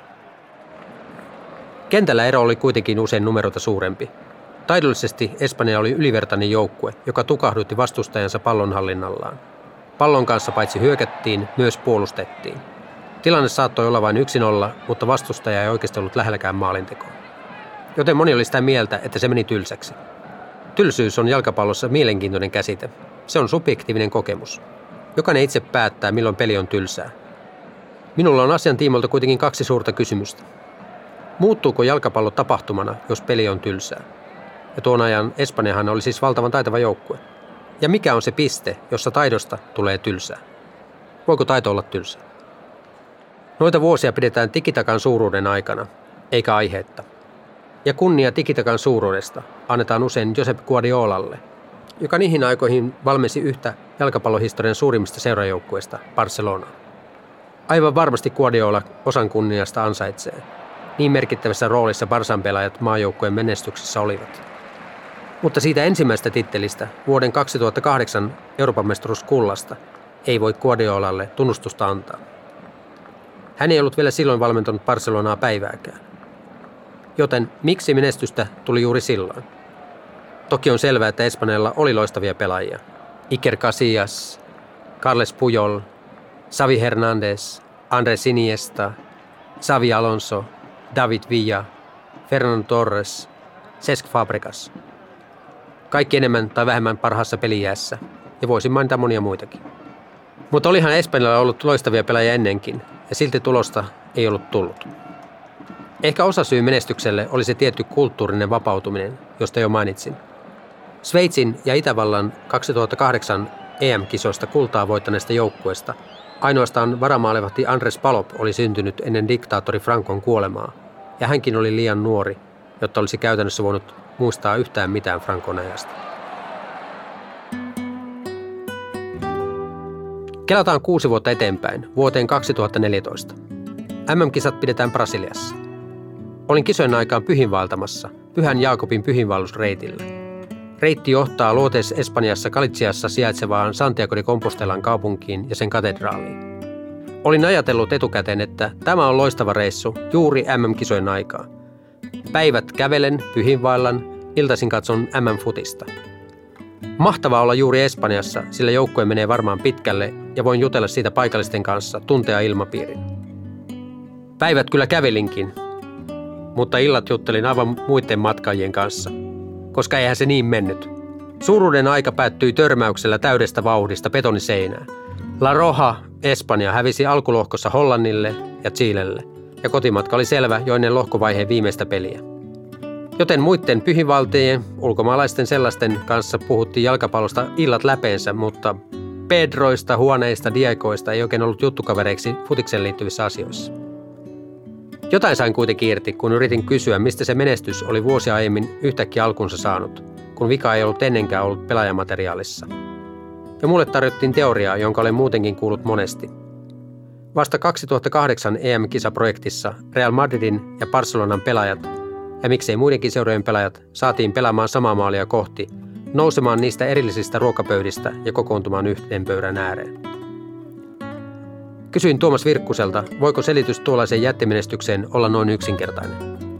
Kentällä ero oli kuitenkin usein numeroita suurempi. Taidollisesti Espanja oli ylivertainen joukkue, joka tukahdutti vastustajansa pallonhallinnallaan. Pallon kanssa paitsi hyökättiin, myös puolustettiin. Tilanne saattoi olla vain yksi nolla, mutta vastustaja ei oikeasti ollut lähelläkään maalintekoa. Joten moni oli sitä mieltä, että se meni tylsäksi. Tylsyys on jalkapallossa mielenkiintoinen käsite. Se on subjektiivinen kokemus. Jokainen itse päättää, milloin peli on tylsää. Minulla on asian tiimoilta kuitenkin kaksi suurta kysymystä. Muuttuuko jalkapallo tapahtumana, jos peli on tylsää? Ja tuon ajan Espanjahan oli siis valtavan taitava joukkue. Ja mikä on se piste, jossa taidosta tulee tylsää? Voiko taito olla tylsää? Noita vuosia pidetään tikitakan suuruuden aikana, eikä aiheetta. Ja kunnia tikitakan suuruudesta annetaan usein Josep Guardiolalle, joka niihin aikoihin valmensi yhtä jalkapallohistorian suurimmista seurajoukkueista, Barcelonaa. Aivan varmasti Guardiola osan kunniasta ansaitsee. Niin merkittävässä roolissa Barsan pelaajat maajoukkueen menestyksessä olivat. Mutta siitä ensimmäisestä tittelistä, vuoden kaksituhattakahdeksan Euroopan mestaruuskullasta, ei voi Guardiolalle tunnustusta antaa. Hän ei ollut vielä silloin valmentanut Barcelonaa päivääkään. Joten miksi menestystä tuli juuri silloin? Toki on selvää, että Espanjalla oli loistavia pelaajia. Iker Casillas, Carles Puyol, Xavi Hernández, Andrés Iniesta, Xavi Alonso, David Villa, Fernando Torres, Cesc Fabregas. Kaikki enemmän tai vähemmän parhaassa pelijäässä, ja voisin mainita monia muitakin. Mutta olihan Espanjalla ollut loistavia pelaajia ennenkin, ja silti tulosta ei ollut tullut. Ehkä osasyy menestykselle oli se tietty kulttuurinen vapautuminen, josta jo mainitsin. Sveitsin ja Itävallan kaksituhattakahdeksan E M-kisoista kultaa voittaneesta joukkueesta ainoastaan varamaalivahti Andres Palop oli syntynyt ennen diktaattori Francon kuolemaa, ja hänkin oli liian nuori, jotta olisi käytännössä voinut muistaa yhtään mitään Francon ajasta. Kelataan kuusi vuotta eteenpäin, vuoteen kaksituhattaneljätoista. M M-kisat pidetään Brasiliassa. Olin kisojen aikaan pyhinvaeltamassa, Pyhän Jaakobin pyhinvaellusreitillä. Reitti johtaa Luotes Espanjassa Galiciassa sijaitsevaan Santiago de Compostelan kaupunkiin ja sen katedraaliin. Olin ajatellut etukäteen, että tämä on loistava reissu juuri M M-kisojen aikaa. Päivät kävelen, pyhinvaellan, iltaisin katson M M-futista. Mahtavaa olla juuri Espanjassa, sillä joukkue menee varmaan pitkälle ja voin jutella siitä paikallisten kanssa, tuntea ilmapiirin. Päivät kyllä kävelinkin, mutta illat juttelin aivan muiden matkaajien kanssa, koska eihän se niin mennyt. Suuruuden aika päättyi törmäyksellä täydestä vauhdista betoniseinään. La Roja Espanja hävisi alkulohkossa Hollannille ja Chilelle, ja kotimatka oli selvä jo ennen lohkovaiheen viimeistä peliä. Joten muiden pyhiinvaltajien, ulkomaalaisten sellaisten kanssa puhuttiin jalkapallosta illat läpeensä, mutta Pedroista, Huoneista, Diegoista ei oikein ollut juttukavereiksi futikseen liittyvissä asioissa. Jotain sain kuitenkin irti, kun yritin kysyä, mistä se menestys oli vuosia aiemmin yhtäkkiä alkunsa saanut, kun vika ei ollut ennenkään ollut pelaajamateriaalissa. Ja mulle tarjottiin teoriaa, jonka olen muutenkin kuullut monesti. Vasta kaksituhattakahdeksan E M-kisaprojektissa Real Madridin ja Barcelonan pelaajat, ja miksei muidenkin seurojen pelaajat, saatiin pelaamaan samaa maalia kohti, nousemaan niistä erillisistä ruokapöydistä ja kokoontumaan yhteen pöydän ääreen. Kysyin Tuomas Virkkuselta, voiko selitys tuollaiseen jättimenestykseen olla noin yksinkertainen?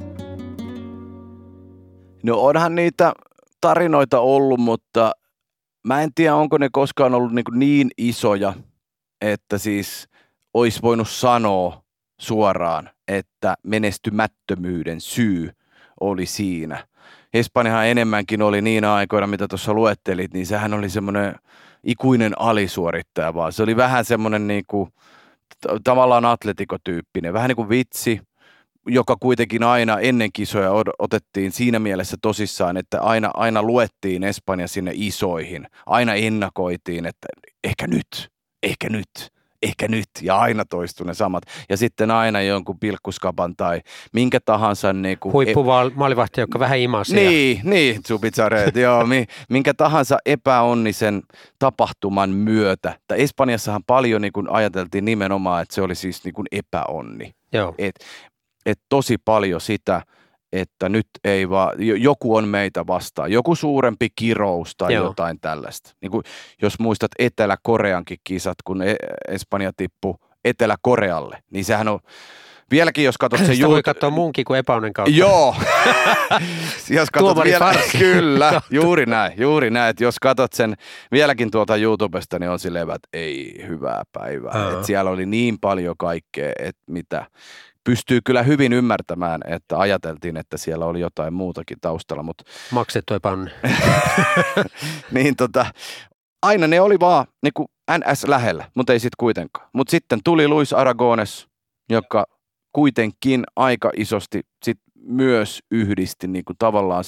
No onhan niitä tarinoita ollut, mutta mä en tiedä, onko ne koskaan ollut niin, niin isoja, että siis olisi voinut sanoa suoraan, että menestymättömyyden syy oli siinä. Espanjahan enemmänkin oli niin aikoina, mitä tuossa luettelit, niin sehän oli semmoinen ikuinen alisuorittaja vaan. Se oli vähän semmoinen niin kuin tavallaan atletikotyyppinen, vähän niin kuin vitsi, joka kuitenkin aina ennen kisoja otettiin siinä mielessä tosissaan, että aina, aina luettiin Espanja sinne isoihin. Aina ennakoitiin, että ehkä nyt, ehkä nyt, ehkä nyt, ja aina toistui ne samat. Ja sitten aina jonkun pilkkuskapan tai minkä tahansa niin kuin huippumaalivahti, joka vähän imasi. Niin, niin, Zubizarret, joo, minkä tahansa epäonnisen tapahtuman myötä. Tai Espanjassahan paljon niin kuin ajateltiin nimenomaan, että se oli siis niin kuin epäonni. Joo. Et, et tosi paljon sitä, että nyt ei vaan, joku on meitä vastaan, joku suurempi kirous tai Joo. jotain tällaista. Niin kuin, jos muistat Etelä-Koreankin kisat, kun Espanja tippui Etelä-Korealle, niin sehän on, vieläkin jos katsot sen... Sitä voi katsoa muunkin kuin epäonnen kautta. Joo, jos katsot vielä, kyllä, juuri näin, juuri näin, että jos katsot sen vieläkin tuolta YouTubesta, niin on silleen, että ei hyvää päivää. Uh-huh. Että siellä oli niin paljon kaikkea, että mitä... Pystyy kyllä hyvin ymmärtämään, että ajateltiin, että siellä oli jotain muutakin taustalla. Mutta maksettu epäonni. niin tota, aina ne oli vaan niin kuin N S lähellä, mutta ei sitten kuitenkaan. Mutta sitten tuli Luis Aragones, joka kuitenkin aika isosti sit myös yhdisti niin kuin tavallaan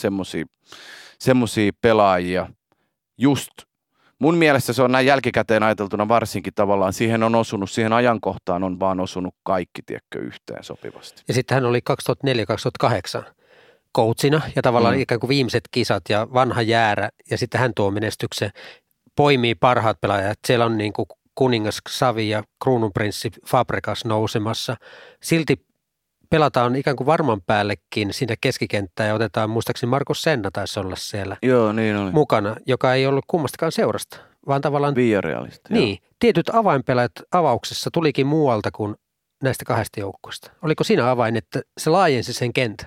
semmoisia pelaajia. Just mun mielestä se on näin jälkikäteen ajateltuna varsinkin tavallaan, siihen on osunut, siihen ajankohtaan on vaan osunut kaikki, tiedätkö, yhteen sopivasti. Ja sitten hän oli kaksituhattaneljä kaksituhattakahdeksan coachina ja tavallaan mm. ikään kuin viimeiset kisat ja vanha jäärä ja sitten hän tuo menestyksen, poimii parhaat pelaajat. Siellä on niin kuin kuningas Xavi ja kruununprinssi Fabregas nousemassa. Silti pelataan ikään kuin varman päällekin sinne keskikenttään ja otetaan muistaakseni Marcos Senna taisi olla siellä joo, niin oli. mukana, joka ei ollut kummastakaan seurasta, vaan tavallaan Villarealista. Niin, joo. Tietyt avainpelaajat avauksessa tulikin muualta kuin näistä kahdesta joukkueesta. Oliko siinä avain, että se laajensi sen kentän?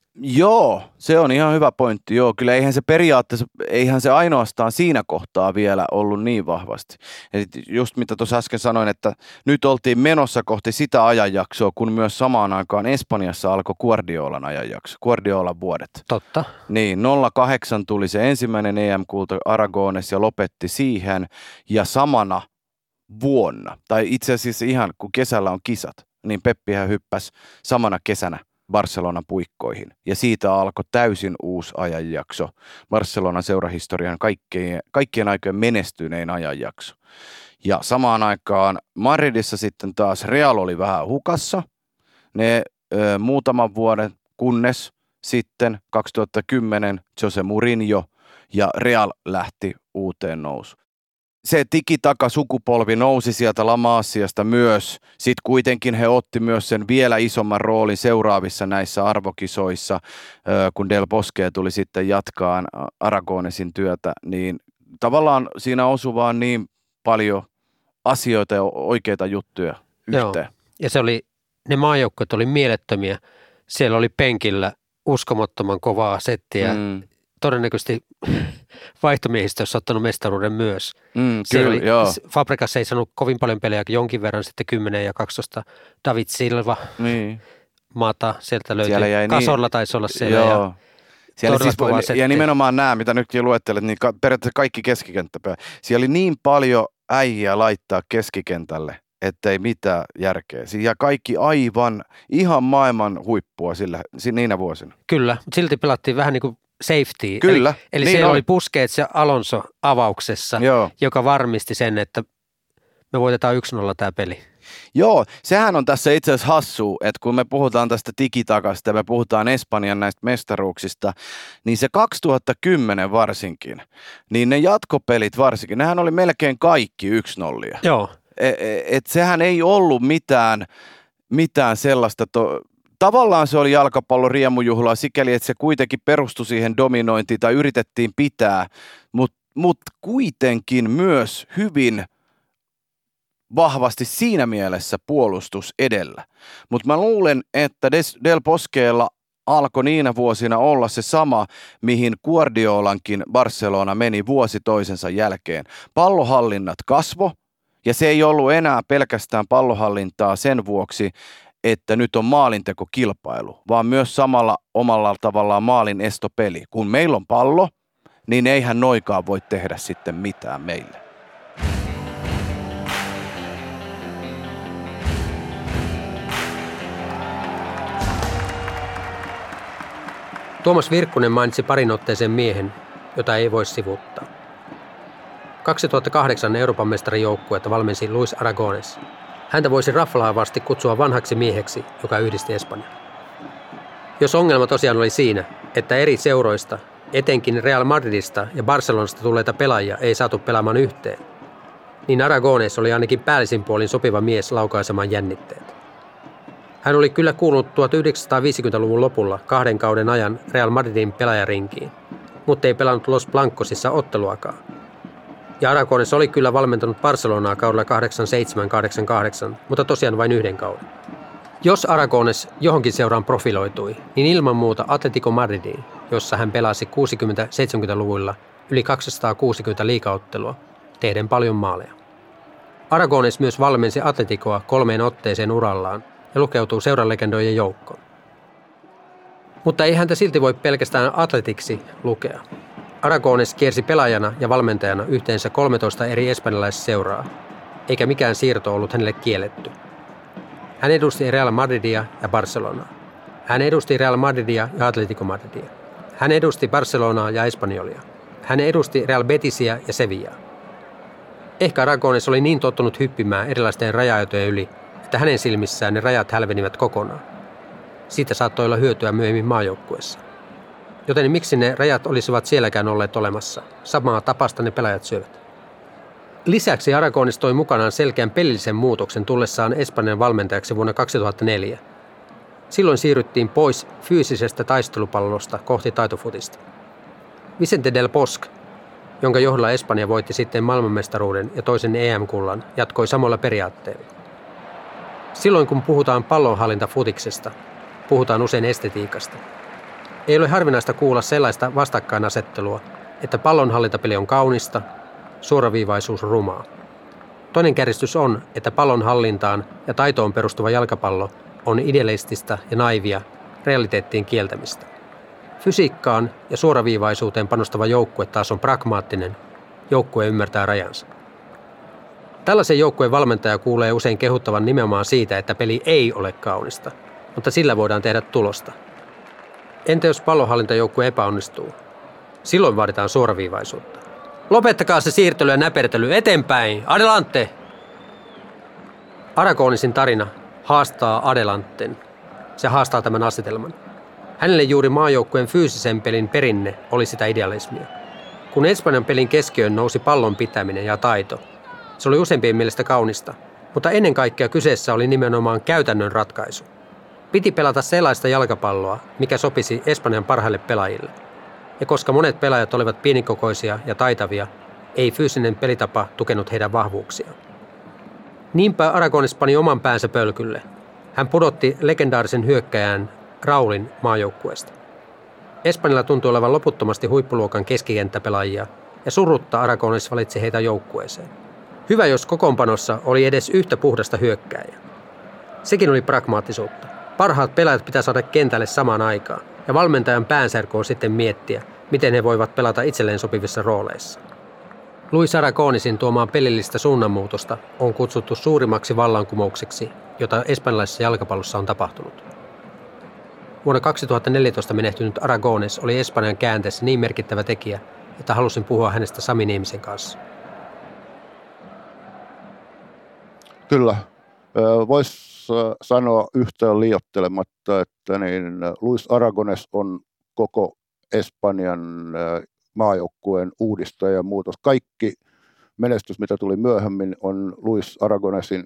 Joo, se on ihan hyvä pointti. Joo, kyllä eihän se periaatteessa, eihän se ainoastaan siinä kohtaa vielä ollut niin vahvasti. Eli just mitä tuossa äsken sanoin, että nyt oltiin menossa kohti sitä ajanjaksoa, kun myös samaan aikaan Espanjassa alkoi Guardiolan ajanjakso, Guardiolan vuodet. Totta. Niin, nolla kahdeksan tuli se ensimmäinen E M-kulta Aragones ja lopetti siihen ja samana vuonna, tai itse asiassa ihan kun kesällä on kisat, niin Peppihän hyppäsi samana kesänä Barcelonan puikkoihin. Ja siitä alkoi täysin uusi ajanjakso. Barcelonan seurahistorian kaikkien, kaikkien aikojen menestynein ajanjakso. Ja samaan aikaan Madridissa sitten taas Real oli vähän hukassa. Ne ö, muutaman vuoden, kunnes sitten kaksituhattakymmenen Jose Mourinho ja Real lähti uuteen nousuun. Se tiki-taka-sukupolvi nousi sieltä La Masiasta myös. Sitten kuitenkin he otti myös sen vielä isomman roolin seuraavissa näissä arvokisoissa, kun Del Bosque tuli sitten jatkaan Aragonesin työtä. Niin tavallaan siinä osui vaan niin paljon asioita ja oikeita juttuja yhteen. Joo. Ja se oli, ne maajoukkueet oli mielettömiä. Siellä oli penkillä uskomattoman kovaa settiä. Mm. Todennäköisesti vaihtomiehistössä ottanut mestaruuden myös. Mm, kyllä, oli, joo. Fabregas ei saanut kovin paljon pelejä, jonkin verran sitten kymmenen ja kaksitoista David Silva. Niin. Mata, sieltä löytyi. Kasolla niin, taisi olla siellä. Joo. Ja, siellä siis, ja nimenomaan nämä, mitä nytkin luettelet, niin periaatteessa kaikki keskikenttäpää. Siellä oli niin paljon äijiä laittaa keskikentälle, ettei mitään järkeä. Ja kaikki aivan, ihan maailman huippua sillä, niinä vuosina. Kyllä, mutta silti pelattiin vähän niin kuin safety. Kyllä. Eli, eli niin siellä oli. oli Busquets ja Alonso avauksessa, Joo. joka varmisti sen, että me voitetaan yksi nolla tämä peli. Joo, sehän on tässä itse asiassa hassua, että kun me puhutaan tästä tikitakasta ja me puhutaan Espanjan näistä mestaruuksista, niin se kaksituhattakymmenen varsinkin, niin ne jatkopelit varsinkin, nehän oli melkein kaikki yksi nollia. Joo. Et, et sehän ei ollut mitään, mitään sellaista, to, tavallaan se oli jalkapallon riemujuhlaa sikäli, että se kuitenkin perustui siihen dominointiin tai yritettiin pitää, mutta mut kuitenkin myös hyvin vahvasti siinä mielessä puolustus edellä. Mutta mä luulen, että Del Bosquella alkoi niinä vuosina olla se sama, mihin Guardiolankin Barcelona meni vuosi toisensa jälkeen. Pallohallinnat kasvo, ja se ei ollut enää pelkästään pallohallintaa sen vuoksi, että nyt on maalintekokilpailu, vaan myös samalla omalla tavallaan maalin estopeli. Kun meillä on pallo, niin eihän noikaan voi tehdä sitten mitään meille. Tuomas Virkkunen mainitsi parin otteeseen miehen, jota ei voi sivuuttaa. kaksituhattakahdeksan Euroopan mestarijoukkuetta valmensi Luis Aragones. Häntä voisi raflaavasti kutsua vanhaksi mieheksi, joka yhdisti Espanjan. Jos ongelma tosiaan oli siinä, että eri seuroista, etenkin Real Madridista ja Barcelonasta tulleita pelaajia ei saatu pelaamaan yhteen, niin Aragones oli ainakin päällisin puolin sopiva mies laukaisemaan jännitteet. Hän oli kyllä kuulunut tuhatyhdeksänsataaviisikymmentäluvun lopulla kahden kauden ajan Real Madridin pelaajarinkiin, mutta ei pelannut Los Blancosissa otteluakaan. Ja Aragones oli kyllä valmentanut Barcelonaa kaudella kahdeksankymmentäseitsemän kahdeksankymmentäkahdeksan, mutta tosiaan vain yhden kauden. Jos Aragones johonkin seuraan profiloitui, niin ilman muuta Atletico Madridiin, jossa hän pelasi kuusikymmentä-seitsemänkymmentäluvuilla yli kaksisataakuusikymmentä liigaottelua, tehden paljon maaleja. Aragones myös valmensi Atleticoa kolmeen otteeseen urallaan ja lukeutuu seuralegendojen joukkoon. Mutta ei häntä silti voi pelkästään atletiksi lukea. Aragones kiersi pelaajana ja valmentajana yhteensä kolmetoista eri espanjalaisseuraa, eikä mikään siirto ollut hänelle kielletty. Hän edusti Real Madridia ja Barcelonaa. Hän edusti Real Madridia ja Atletico Madridia. Hän edusti Barcelonaa ja Espanjolia. Hän edusti Real Betisia ja Sevillaa. Ehkä Aragones oli niin tottunut hyppimään erilaisten raja-aitojen yli, että hänen silmissään ne rajat hälvenivät kokonaan. Siitä saattoi olla hyötyä myöhemmin maajoukkueessa. Joten miksi ne rajat olisivat sielläkään olleet olemassa? Samaa tapasta ne pelaajat syövät. Lisäksi Aragones toi mukanaan selkeän pelillisen muutoksen tullessaan Espanjan valmentajaksi vuonna kaksituhattaneljä. Silloin siirryttiin pois fyysisestä taistelupallosta kohti taitofutista. Vicente del Bosque, jonka johdolla Espanja voitti sitten maailmanmestaruuden ja toisen E M-kullan, jatkoi samoilla periaatteilla. Silloin kun puhutaan pallonhallintafutiksesta, puhutaan usein estetiikasta. Ei ole harvinaista kuulla sellaista vastakkainasettelua, että pallonhallintapeli on kaunista, suoraviivaisuus rumaa. Toinen kärjistys on, että pallonhallintaan ja taitoon perustuva jalkapallo on idealistista ja naivia realiteettien kieltämistä. Fysiikkaan ja suoraviivaisuuteen panostava joukkue taas on pragmaattinen, joukkue ymmärtää rajansa. Tällaisen joukkueen valmentaja kuulee usein kehuttavan nimenomaan siitä, että peli ei ole kaunista, mutta sillä voidaan tehdä tulosta. Entä jos pallonhallintajoukkue epäonnistuu? Silloin vaaditaan suoraviivaisuutta. Lopettakaa se siirtely ja näpertely, eteenpäin, adelante! Aragonisin tarina haastaa Adelanten. Se haastaa tämän asetelman. Hänelle juuri maajoukkueen fyysisen pelin perinne oli sitä idealismia. Kun Espanjan pelin keskiöön nousi pallon pitäminen ja taito, se oli useimpien mielestä kaunista, mutta ennen kaikkea kyseessä oli nimenomaan käytännön ratkaisu. Piti pelata sellaista jalkapalloa, mikä sopisi Espanjan parhaille pelaajille. Ja koska monet pelaajat olivat pienikokoisia ja taitavia, ei fyysinen pelitapa tukenut heidän vahvuuksiaan. Niinpä Aragones pani oman päänsä pölkylle. Hän pudotti legendaarisen hyökkäjän Raulin maajoukkueesta. Espanjalla tuntui olevan loputtomasti huippuluokan keskikenttäpelaajia, ja surutta Aragones valitsi heitä joukkueeseen. Hyvä, jos kokoonpanossa oli edes yhtä puhdasta hyökkääjää. Sekin oli pragmaattisuutta. Parhaat pelaajat pitää saada kentälle samaan aikaan, ja valmentajan päänsärky on sitten miettiä, miten he voivat pelata itselleen sopivissa rooleissa. Luis Aragonesin tuomaan pelillistä suunnanmuutosta on kutsuttu suurimmaksi vallankumoukseksi, jota espanjalaisessa jalkapallossa on tapahtunut. Vuonna kaksituhattaneljätoista menehtynyt Aragones oli Espanjan käänteessä niin merkittävä tekijä, että halusin puhua hänestä Sami Niemisen kanssa. Kyllä. Voisi sanoa yhtään liioittelematta, että niin Luis Aragones on koko Espanjan maajoukkueen uudistaja ja muutos. Kaikki menestys, mitä tuli myöhemmin, on Luis Aragonesin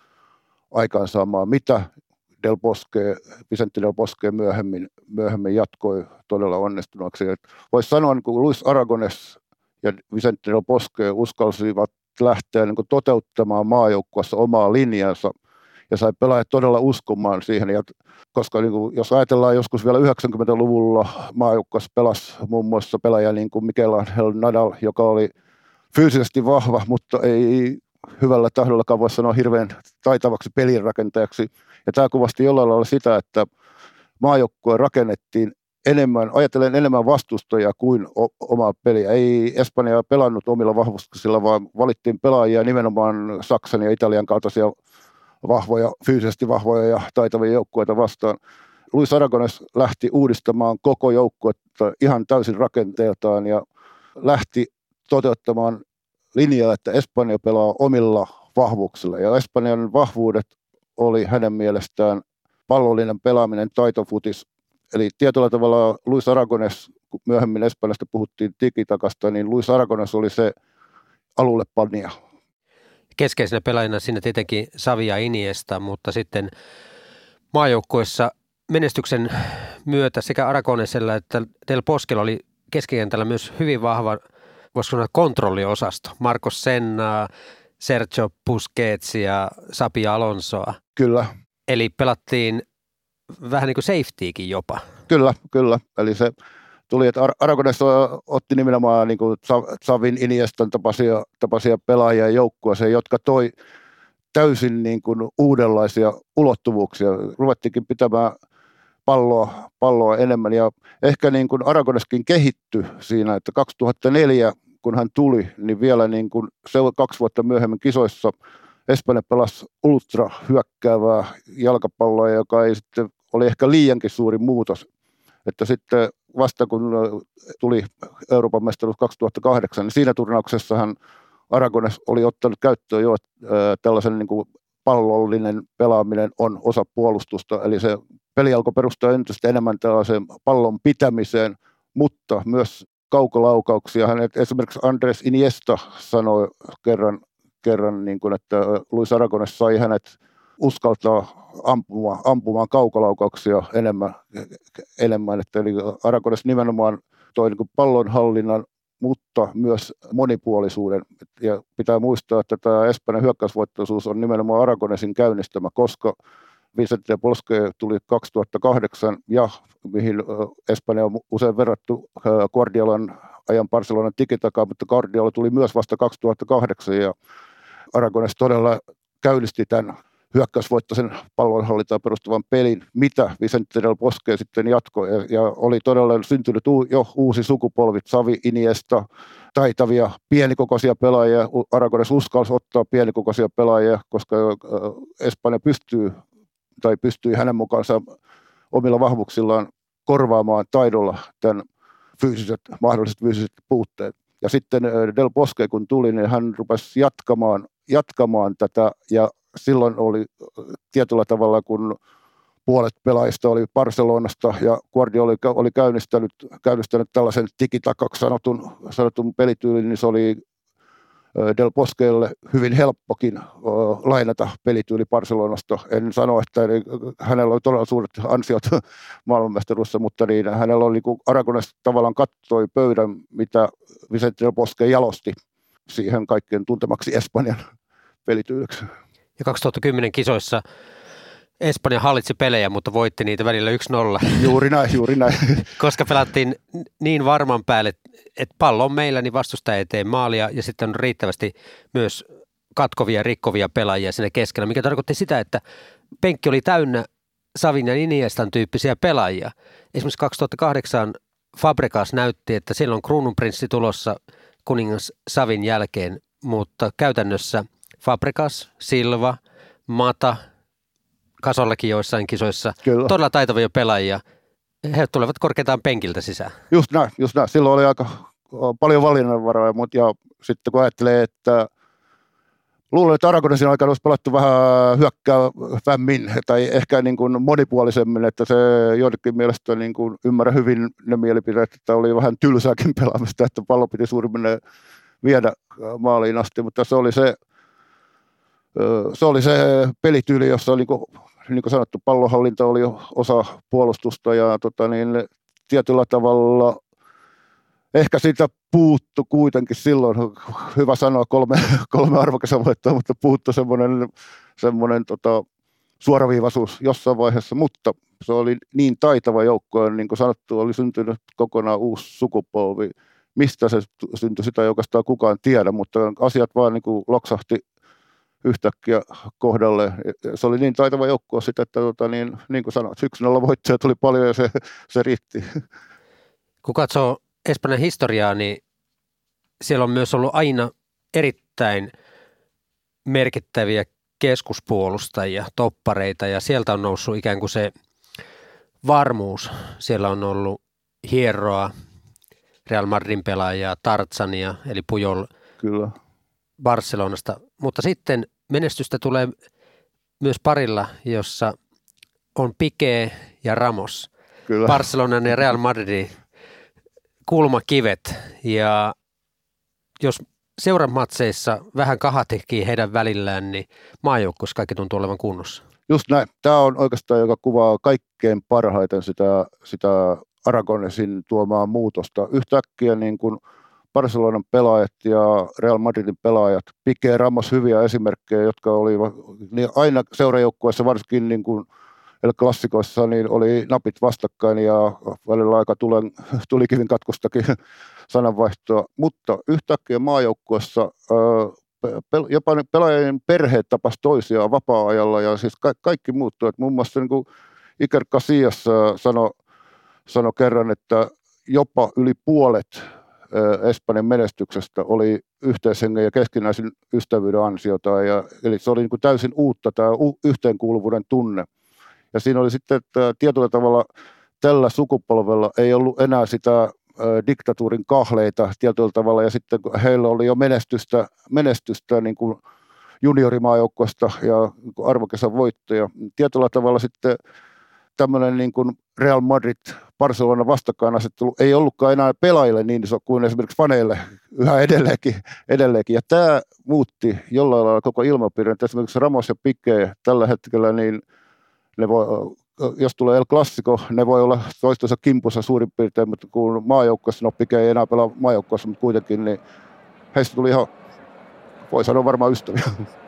aikaansaamaa, mitä Del Bosque, Vicente Del Bosque myöhemmin, myöhemmin jatkoi todella onnistuneeksi. Voisi sanoa, että Luis Aragones ja Vicente Del Bosque uskalsivat lähteä niin kuin toteuttamaan maajoukkueessa omaa linjansa ja sai pelaajat todella uskomaan siihen. Ja koska niin kuin, jos ajatellaan joskus vielä yhdeksänkymmentäluvulla maajoukkueessa pelasi muun muassa pelaaja niin kuin Miguel Ángel Nadal, joka oli fyysisesti vahva, mutta ei hyvällä tahdollakaan voi sanoa hirveän taitavaksi pelirakentajaksi. Ja tämä kuvasti jollain lailla sitä, että maajoukkue rakennettiin enemmän, ajatellen enemmän vastustajia kuin o- omaa peliä. Ei Espanja pelannut omilla vahvuuksilla, vaan valittiin pelaajia nimenomaan Saksan ja Italian kaltaisia vahvoja, fyysisesti vahvoja ja taitavia joukkueita vastaan. Luis Aragones lähti uudistamaan koko joukkuetta ihan täysin rakenteeltaan ja lähti toteuttamaan linjaa, että Espanja pelaa omilla vahvuuksilla. Ja Espanjan vahvuudet oli hänen mielestään pallollinen pelaaminen, taitofutis. Eli tietyllä tavalla Luis Aragones, kun myöhemmin Espanjasta puhuttiin tikitakasta, niin Luis Aragones oli se alullepanija. Keskeisenä pelaajina siinä tietenkin Xavi ja Iniesta, mutta sitten maajoukkueessa menestyksen myötä sekä Aragonesella että Del Bosquella oli keskikentällä myös hyvin vahva, voisiko sanoa, kontrolliosasto. Marcos Senna, Sergio Busquets ja Xabi Alonsoa. Kyllä. Eli pelattiin vähän niin kuin safetykin jopa. Kyllä, kyllä. Eli se tuli, että Aragones otti nimenomaan niin kuin Xavin, Iniestan tapaisia, tapaisia pelaajia joukkueeseen, jotka toi täysin niin kuin uudenlaisia ulottuvuuksia. Ruvettiinkin pitämään palloa, palloa enemmän ja ehkä niin kuin Aragoneskin kehittyi siinä, että kaksituhattaneljä kun hän tuli, niin vielä niin kuin se kaksi vuotta myöhemmin kisoissa Espanja pelasi ultra hyökkäävää jalkapalloa, joka ei sitten oli ehkä liiankin suuri muutos. Että sitten vasta kun tuli Euroopan mestaruus kaksituhattakahdeksan, niin siinä turnauksessahan Aragones oli ottanut käyttöön jo, että tällaisen niin kuin pallollinen pelaaminen on osa puolustusta, eli se peli alkoi perustaa entistä enemmän tällaiseen pallon pitämiseen, mutta myös kaukolaukauksia. Hän, esimerkiksi Andres Iniesta sanoi kerran, kerran niin kuin, että Luis Aragones sai hänet uskaltaa ampumaan, ampumaan kaukolaukauksia enemmän, enemmän. Että eli Aragones nimenomaan toi niin kuin pallonhallinnan, mutta myös monipuolisuuden. Ja pitää muistaa, että tämä Espanjan hyökkäysvoittoisuus on nimenomaan Aragonesin käynnistämä, koska Vicente Del Bosque tuli kaksituhattakahdeksan ja mihin Espanja on usein verrattu Guardiolan ajan Barcelonan tikitakaan, mutta Guardiola tuli myös vasta kaksituhattakahdeksan ja Aragones todella käynnisti tämän hyökkäysvoittoisen pallonhallintaan perustuvan pelin, mitä Vicente Del Bosque sitten jatkoi. Ja, ja oli todella syntynyt u, jo uusi sukupolvi, Xavi, Iniesta, taitavia pienikokoisia pelaajia. Aragones uskalsi ottaa pienikokoisia pelaajia, koska Espanja pystyy, tai pystyi hänen mukaansa omilla vahvuuksillaan korvaamaan taidolla tämän fyysiset, mahdolliset fyysiset puutteet. Ja sitten Del Bosque kun tuli, niin hän rupesi jatkamaan, jatkamaan tätä, ja silloin oli tietyllä tavalla, kun puolet pelaajista oli Barcelonasta ja Guardiola oli, oli käynnistänyt, käynnistänyt tällaisen tikitakaksi sanotun, sanotun pelityylin, niin se oli Del Bosquelle hyvin helppokin uh, lainata pelityyli Barcelonasta. En sano, että hänellä oli todella suuret ansiot maailmanmestaruudessa, mutta niin, hänellä oli, niin Aragones tavallaan kattoi pöydän, mitä Vicente Del Bosque jalosti siihen kaikkien tuntemaksi Espanjan pelityyliksi. Ja kaksituhattakymmenen kisoissa Espanja hallitsi pelejä, mutta voitti niitä välillä yksi nolla. Juuri näin, juuri näin. Koska pelattiin niin varman päälle, että pallo on meillä, niin vastustaja ei tee maalia ja sitten on riittävästi myös katkovia, rikkovia pelaajia siinä keskellä, mikä tarkoitti sitä, että penkki oli täynnä Xavin ja Iniestan tyyppisiä pelaajia. Esimerkiksi kaksituhattakahdeksan Fabregas näytti, että siellä on kruununprinssi tulossa, kuningas Savin jälkeen, mutta käytännössä Fabregas, Silva, Mata, Casollakin joissain kisoissa, Kyllä. todella taitavia pelaajia. He tulevat korkeintaan penkiltä sisään. Just näin, just näin. Silloin oli aika paljon valinnanvaraa, mutta ja sitten kun ajattelee, että luulen, että Aragonesin aikana olisi pelattu vähän hyökkäävämmin tai ehkä niin kuin monipuolisemmin, että se joidenkin mielestä niin kuin ymmärrä hyvin ne mielipiteet, että oli vähän tylsääkin pelaamista, että pallo piti suurimmin viedä maaliin asti, mutta se oli se, se, oli se pelityyli, jossa niin kuin, niin kuin sanottu, pallonhallinta oli osa puolustusta ja tota, niin, tietyllä tavalla ehkä siitä puuttu kuitenkin silloin, hyvä sanoa kolme, kolme arvokasta voittoa, mutta puuttu semmoinen, semmoinen tota, suoraviivaisuus jossain vaiheessa, mutta se oli niin taitava joukko, ja niin kuin sanottu, oli syntynyt kokonaan uusi sukupolvi. Mistä se syntyi, sitä ei oikeastaan kukaan tiedä, mutta asiat vaan niin kuin loksahti yhtäkkiä kohdalle. Se oli niin taitava joukko sitten, että tota, niin, niin kuin sanoit, yksi nolla voittoja tuli paljon ja se, se riitti. Kun katsoo Espanjan historiaa, niin siellä on myös ollut aina erittäin merkittäviä keskuspuolustajia, toppareita, ja sieltä on noussut ikään kuin se varmuus. Siellä on ollut Hierroa, Real Madridin pelaajaa, Tarzania, eli Puyol Kyllä. Barcelonasta. Mutta sitten menestystä tulee myös parilla, jossa on Piqué ja Ramos. Kyllä. Barcelonan ja Real Madridin kulmakivet, ja jos seuran matseissa vähän kahatekii heidän välillään, niin maajoukkueessa kaikki tuntuu olevan kunnossa. Just näin. Tämä on oikeastaan, joka kuvaa kaikkein parhaiten sitä, sitä Aragonesin tuomaa muutosta. Yhtäkkiä niin kuin Barcelonan pelaajat ja Real Madridin pelaajat, Piqué, Ramos, hyviä esimerkkejä, jotka oli niin aina seurajoukkueessa, varsinkin niin kuin El Clasicoissa, niin oli napit vastakkain ja välillä aika tulen, tulikivin katkostakin sananvaihtoa, mutta yhtäkkiä maajoukkueessa jopa pelaajien perheet tapas toisiaan vapaa-ajalla ja siis ka- kaikki muuttui. Et muun muassa niin kuin Iker Casillas sanoi sano kerran, että jopa yli puolet Espanjan menestyksestä oli yhteishengen ja keskinäisen ystävyyden ansiota. Ja, eli se oli niin kuin täysin uutta tämä yhteenkuuluvuuden tunne. Ja siinä oli sitten, että tietyllä tavalla tällä sukupolvella ei ollut enää sitä diktatuurin kahleita tietyllä tavalla, ja sitten heillä oli jo menestystä, menestystä niin kuin juniorimaajoukkoista ja arvokisan voittoja. Tietyllä tavalla sitten tämmöinen niin kuin Real Madrid, Barcelona vastakkainasettelu ei ollutkaan enää pelaajille niin iso kuin esimerkiksi faneille yhä edelleenkin. edelleenkin. Ja tämä muutti jollain lailla koko ilmapiirin. Esimerkiksi Ramos ja Piqué tällä hetkellä, niin ne voi, jos tulee El Clasico, ne voi olla toistensa kimpussa suurin piirtein, mutta kun maajoukkoissa, no Piqué ei enää pelaa maajoukkoissa, mutta kuitenkin, niin heistä tuli ihan, voi sanoa varmaan ystäviä.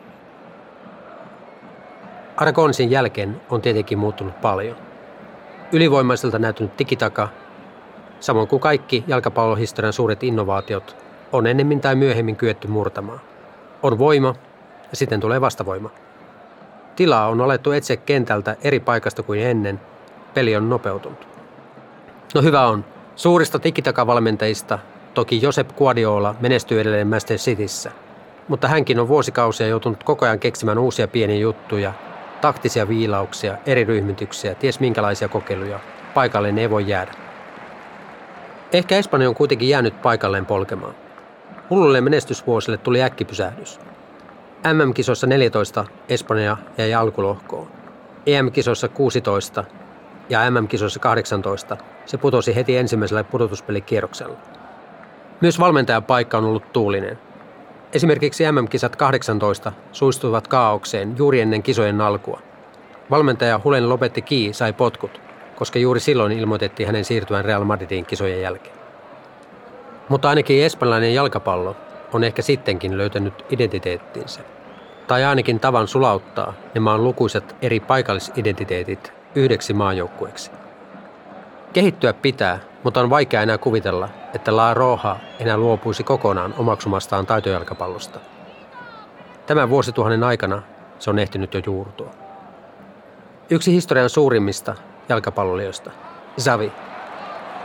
Aragonesin jälkeen on tietenkin muuttunut paljon. Ylivoimaiselta näytynyt tikitaka, samoin kuin kaikki jalkapallohistorian suuret innovaatiot, on ennemmin tai myöhemmin kyetty murtamaan. On voima ja sitten tulee vastavoima. Tilaa on alettu etsiä kentältä eri paikasta kuin ennen. Peli on nopeutunut. No hyvä on. Suurista tikitakavalmentajista toki Josep Guardiola menestyy edelleen Manchester Cityssä. Mutta hänkin on vuosikausia joutunut koko ajan keksimään uusia pieniä juttuja, taktisia viilauksia, eri ryhmityksiä, ties minkälaisia kokeiluja. Paikalleen ei voi jäädä. Ehkä Espanja on kuitenkin jäänyt paikalleen polkemaan. Hullulle menestysvuosille tuli äkkipysähdys. M M-kisoissa neljätoista Espanja jäi alkulohkoon. E M-kisoissa kuusitoista ja M M-kisoissa kahdeksantoista se putosi heti ensimmäisellä pudotuspelikierroksella. Myös valmentajan paikka on ollut tuulinen. Esimerkiksi M M-kisat kahdeksantoista suistuivat kaaukseen juuri ennen kisojen alkua. Valmentaja Julen Lopetegui sai potkut, koska juuri silloin ilmoitettiin hänen siirtyvän Real Madridin kisojen jälkeen. Mutta ainakin espanjalainen jalkapallo on ehkä sittenkin löytänyt identiteettinsä. Tai ainakin tavan sulauttaa ne maan lukuisat eri paikallisidentiteetit yhdeksi maajoukkueeksi. Kehittyä pitää, mutta on vaikea enää kuvitella, että La Roja enää luopuisi kokonaan omaksumastaan taitojalkapallosta. Tämän vuosituhannen aikana se on ehtinyt jo juurtua. Yksi historian suurimmista jalkapallolijoista, Xavi.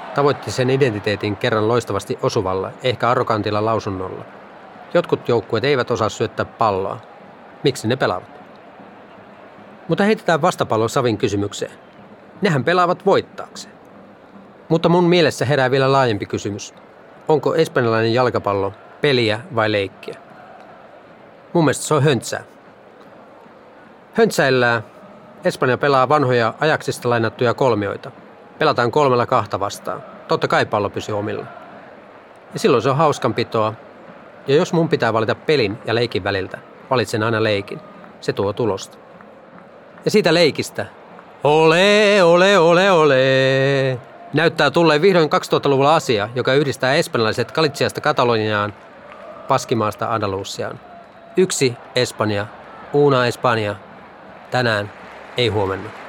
tavoitti sen identiteetin kerran loistavasti osuvalla, ehkä arrogantilla lausunnolla. Jotkut joukkueet eivät osaa syöttää palloa. Miksi ne pelaavat? Mutta heitetään vastapallo Savin kysymykseen. Nehän pelaavat voittaakseen. Mutta mun mielessä herää vielä laajempi kysymys. Onko espanjalainen jalkapallo peliä vai leikkiä? Mun mielestä se on höntsää. Höntsäillään Espanja pelaa vanhoja Ajaxista lainattuja kolmioita. Pelataan kolmella kahta vastaan. Totta kai pallo pysyy omilla. Ja silloin se on hauskanpitoa. Ja jos mun pitää valita pelin ja leikin väliltä, valitsen aina leikin. Se tuo tulosta. Ja siitä leikistä, ole, ole, ole, ole, näyttää tulleen vihdoin kaksituhattaluvulla asia, joka yhdistää espanjalaiset Galiciasta Kataloniaan, Paskimaasta Andalusiaan. Yksi Espanja, una Espanja, tänään, ei huomenna.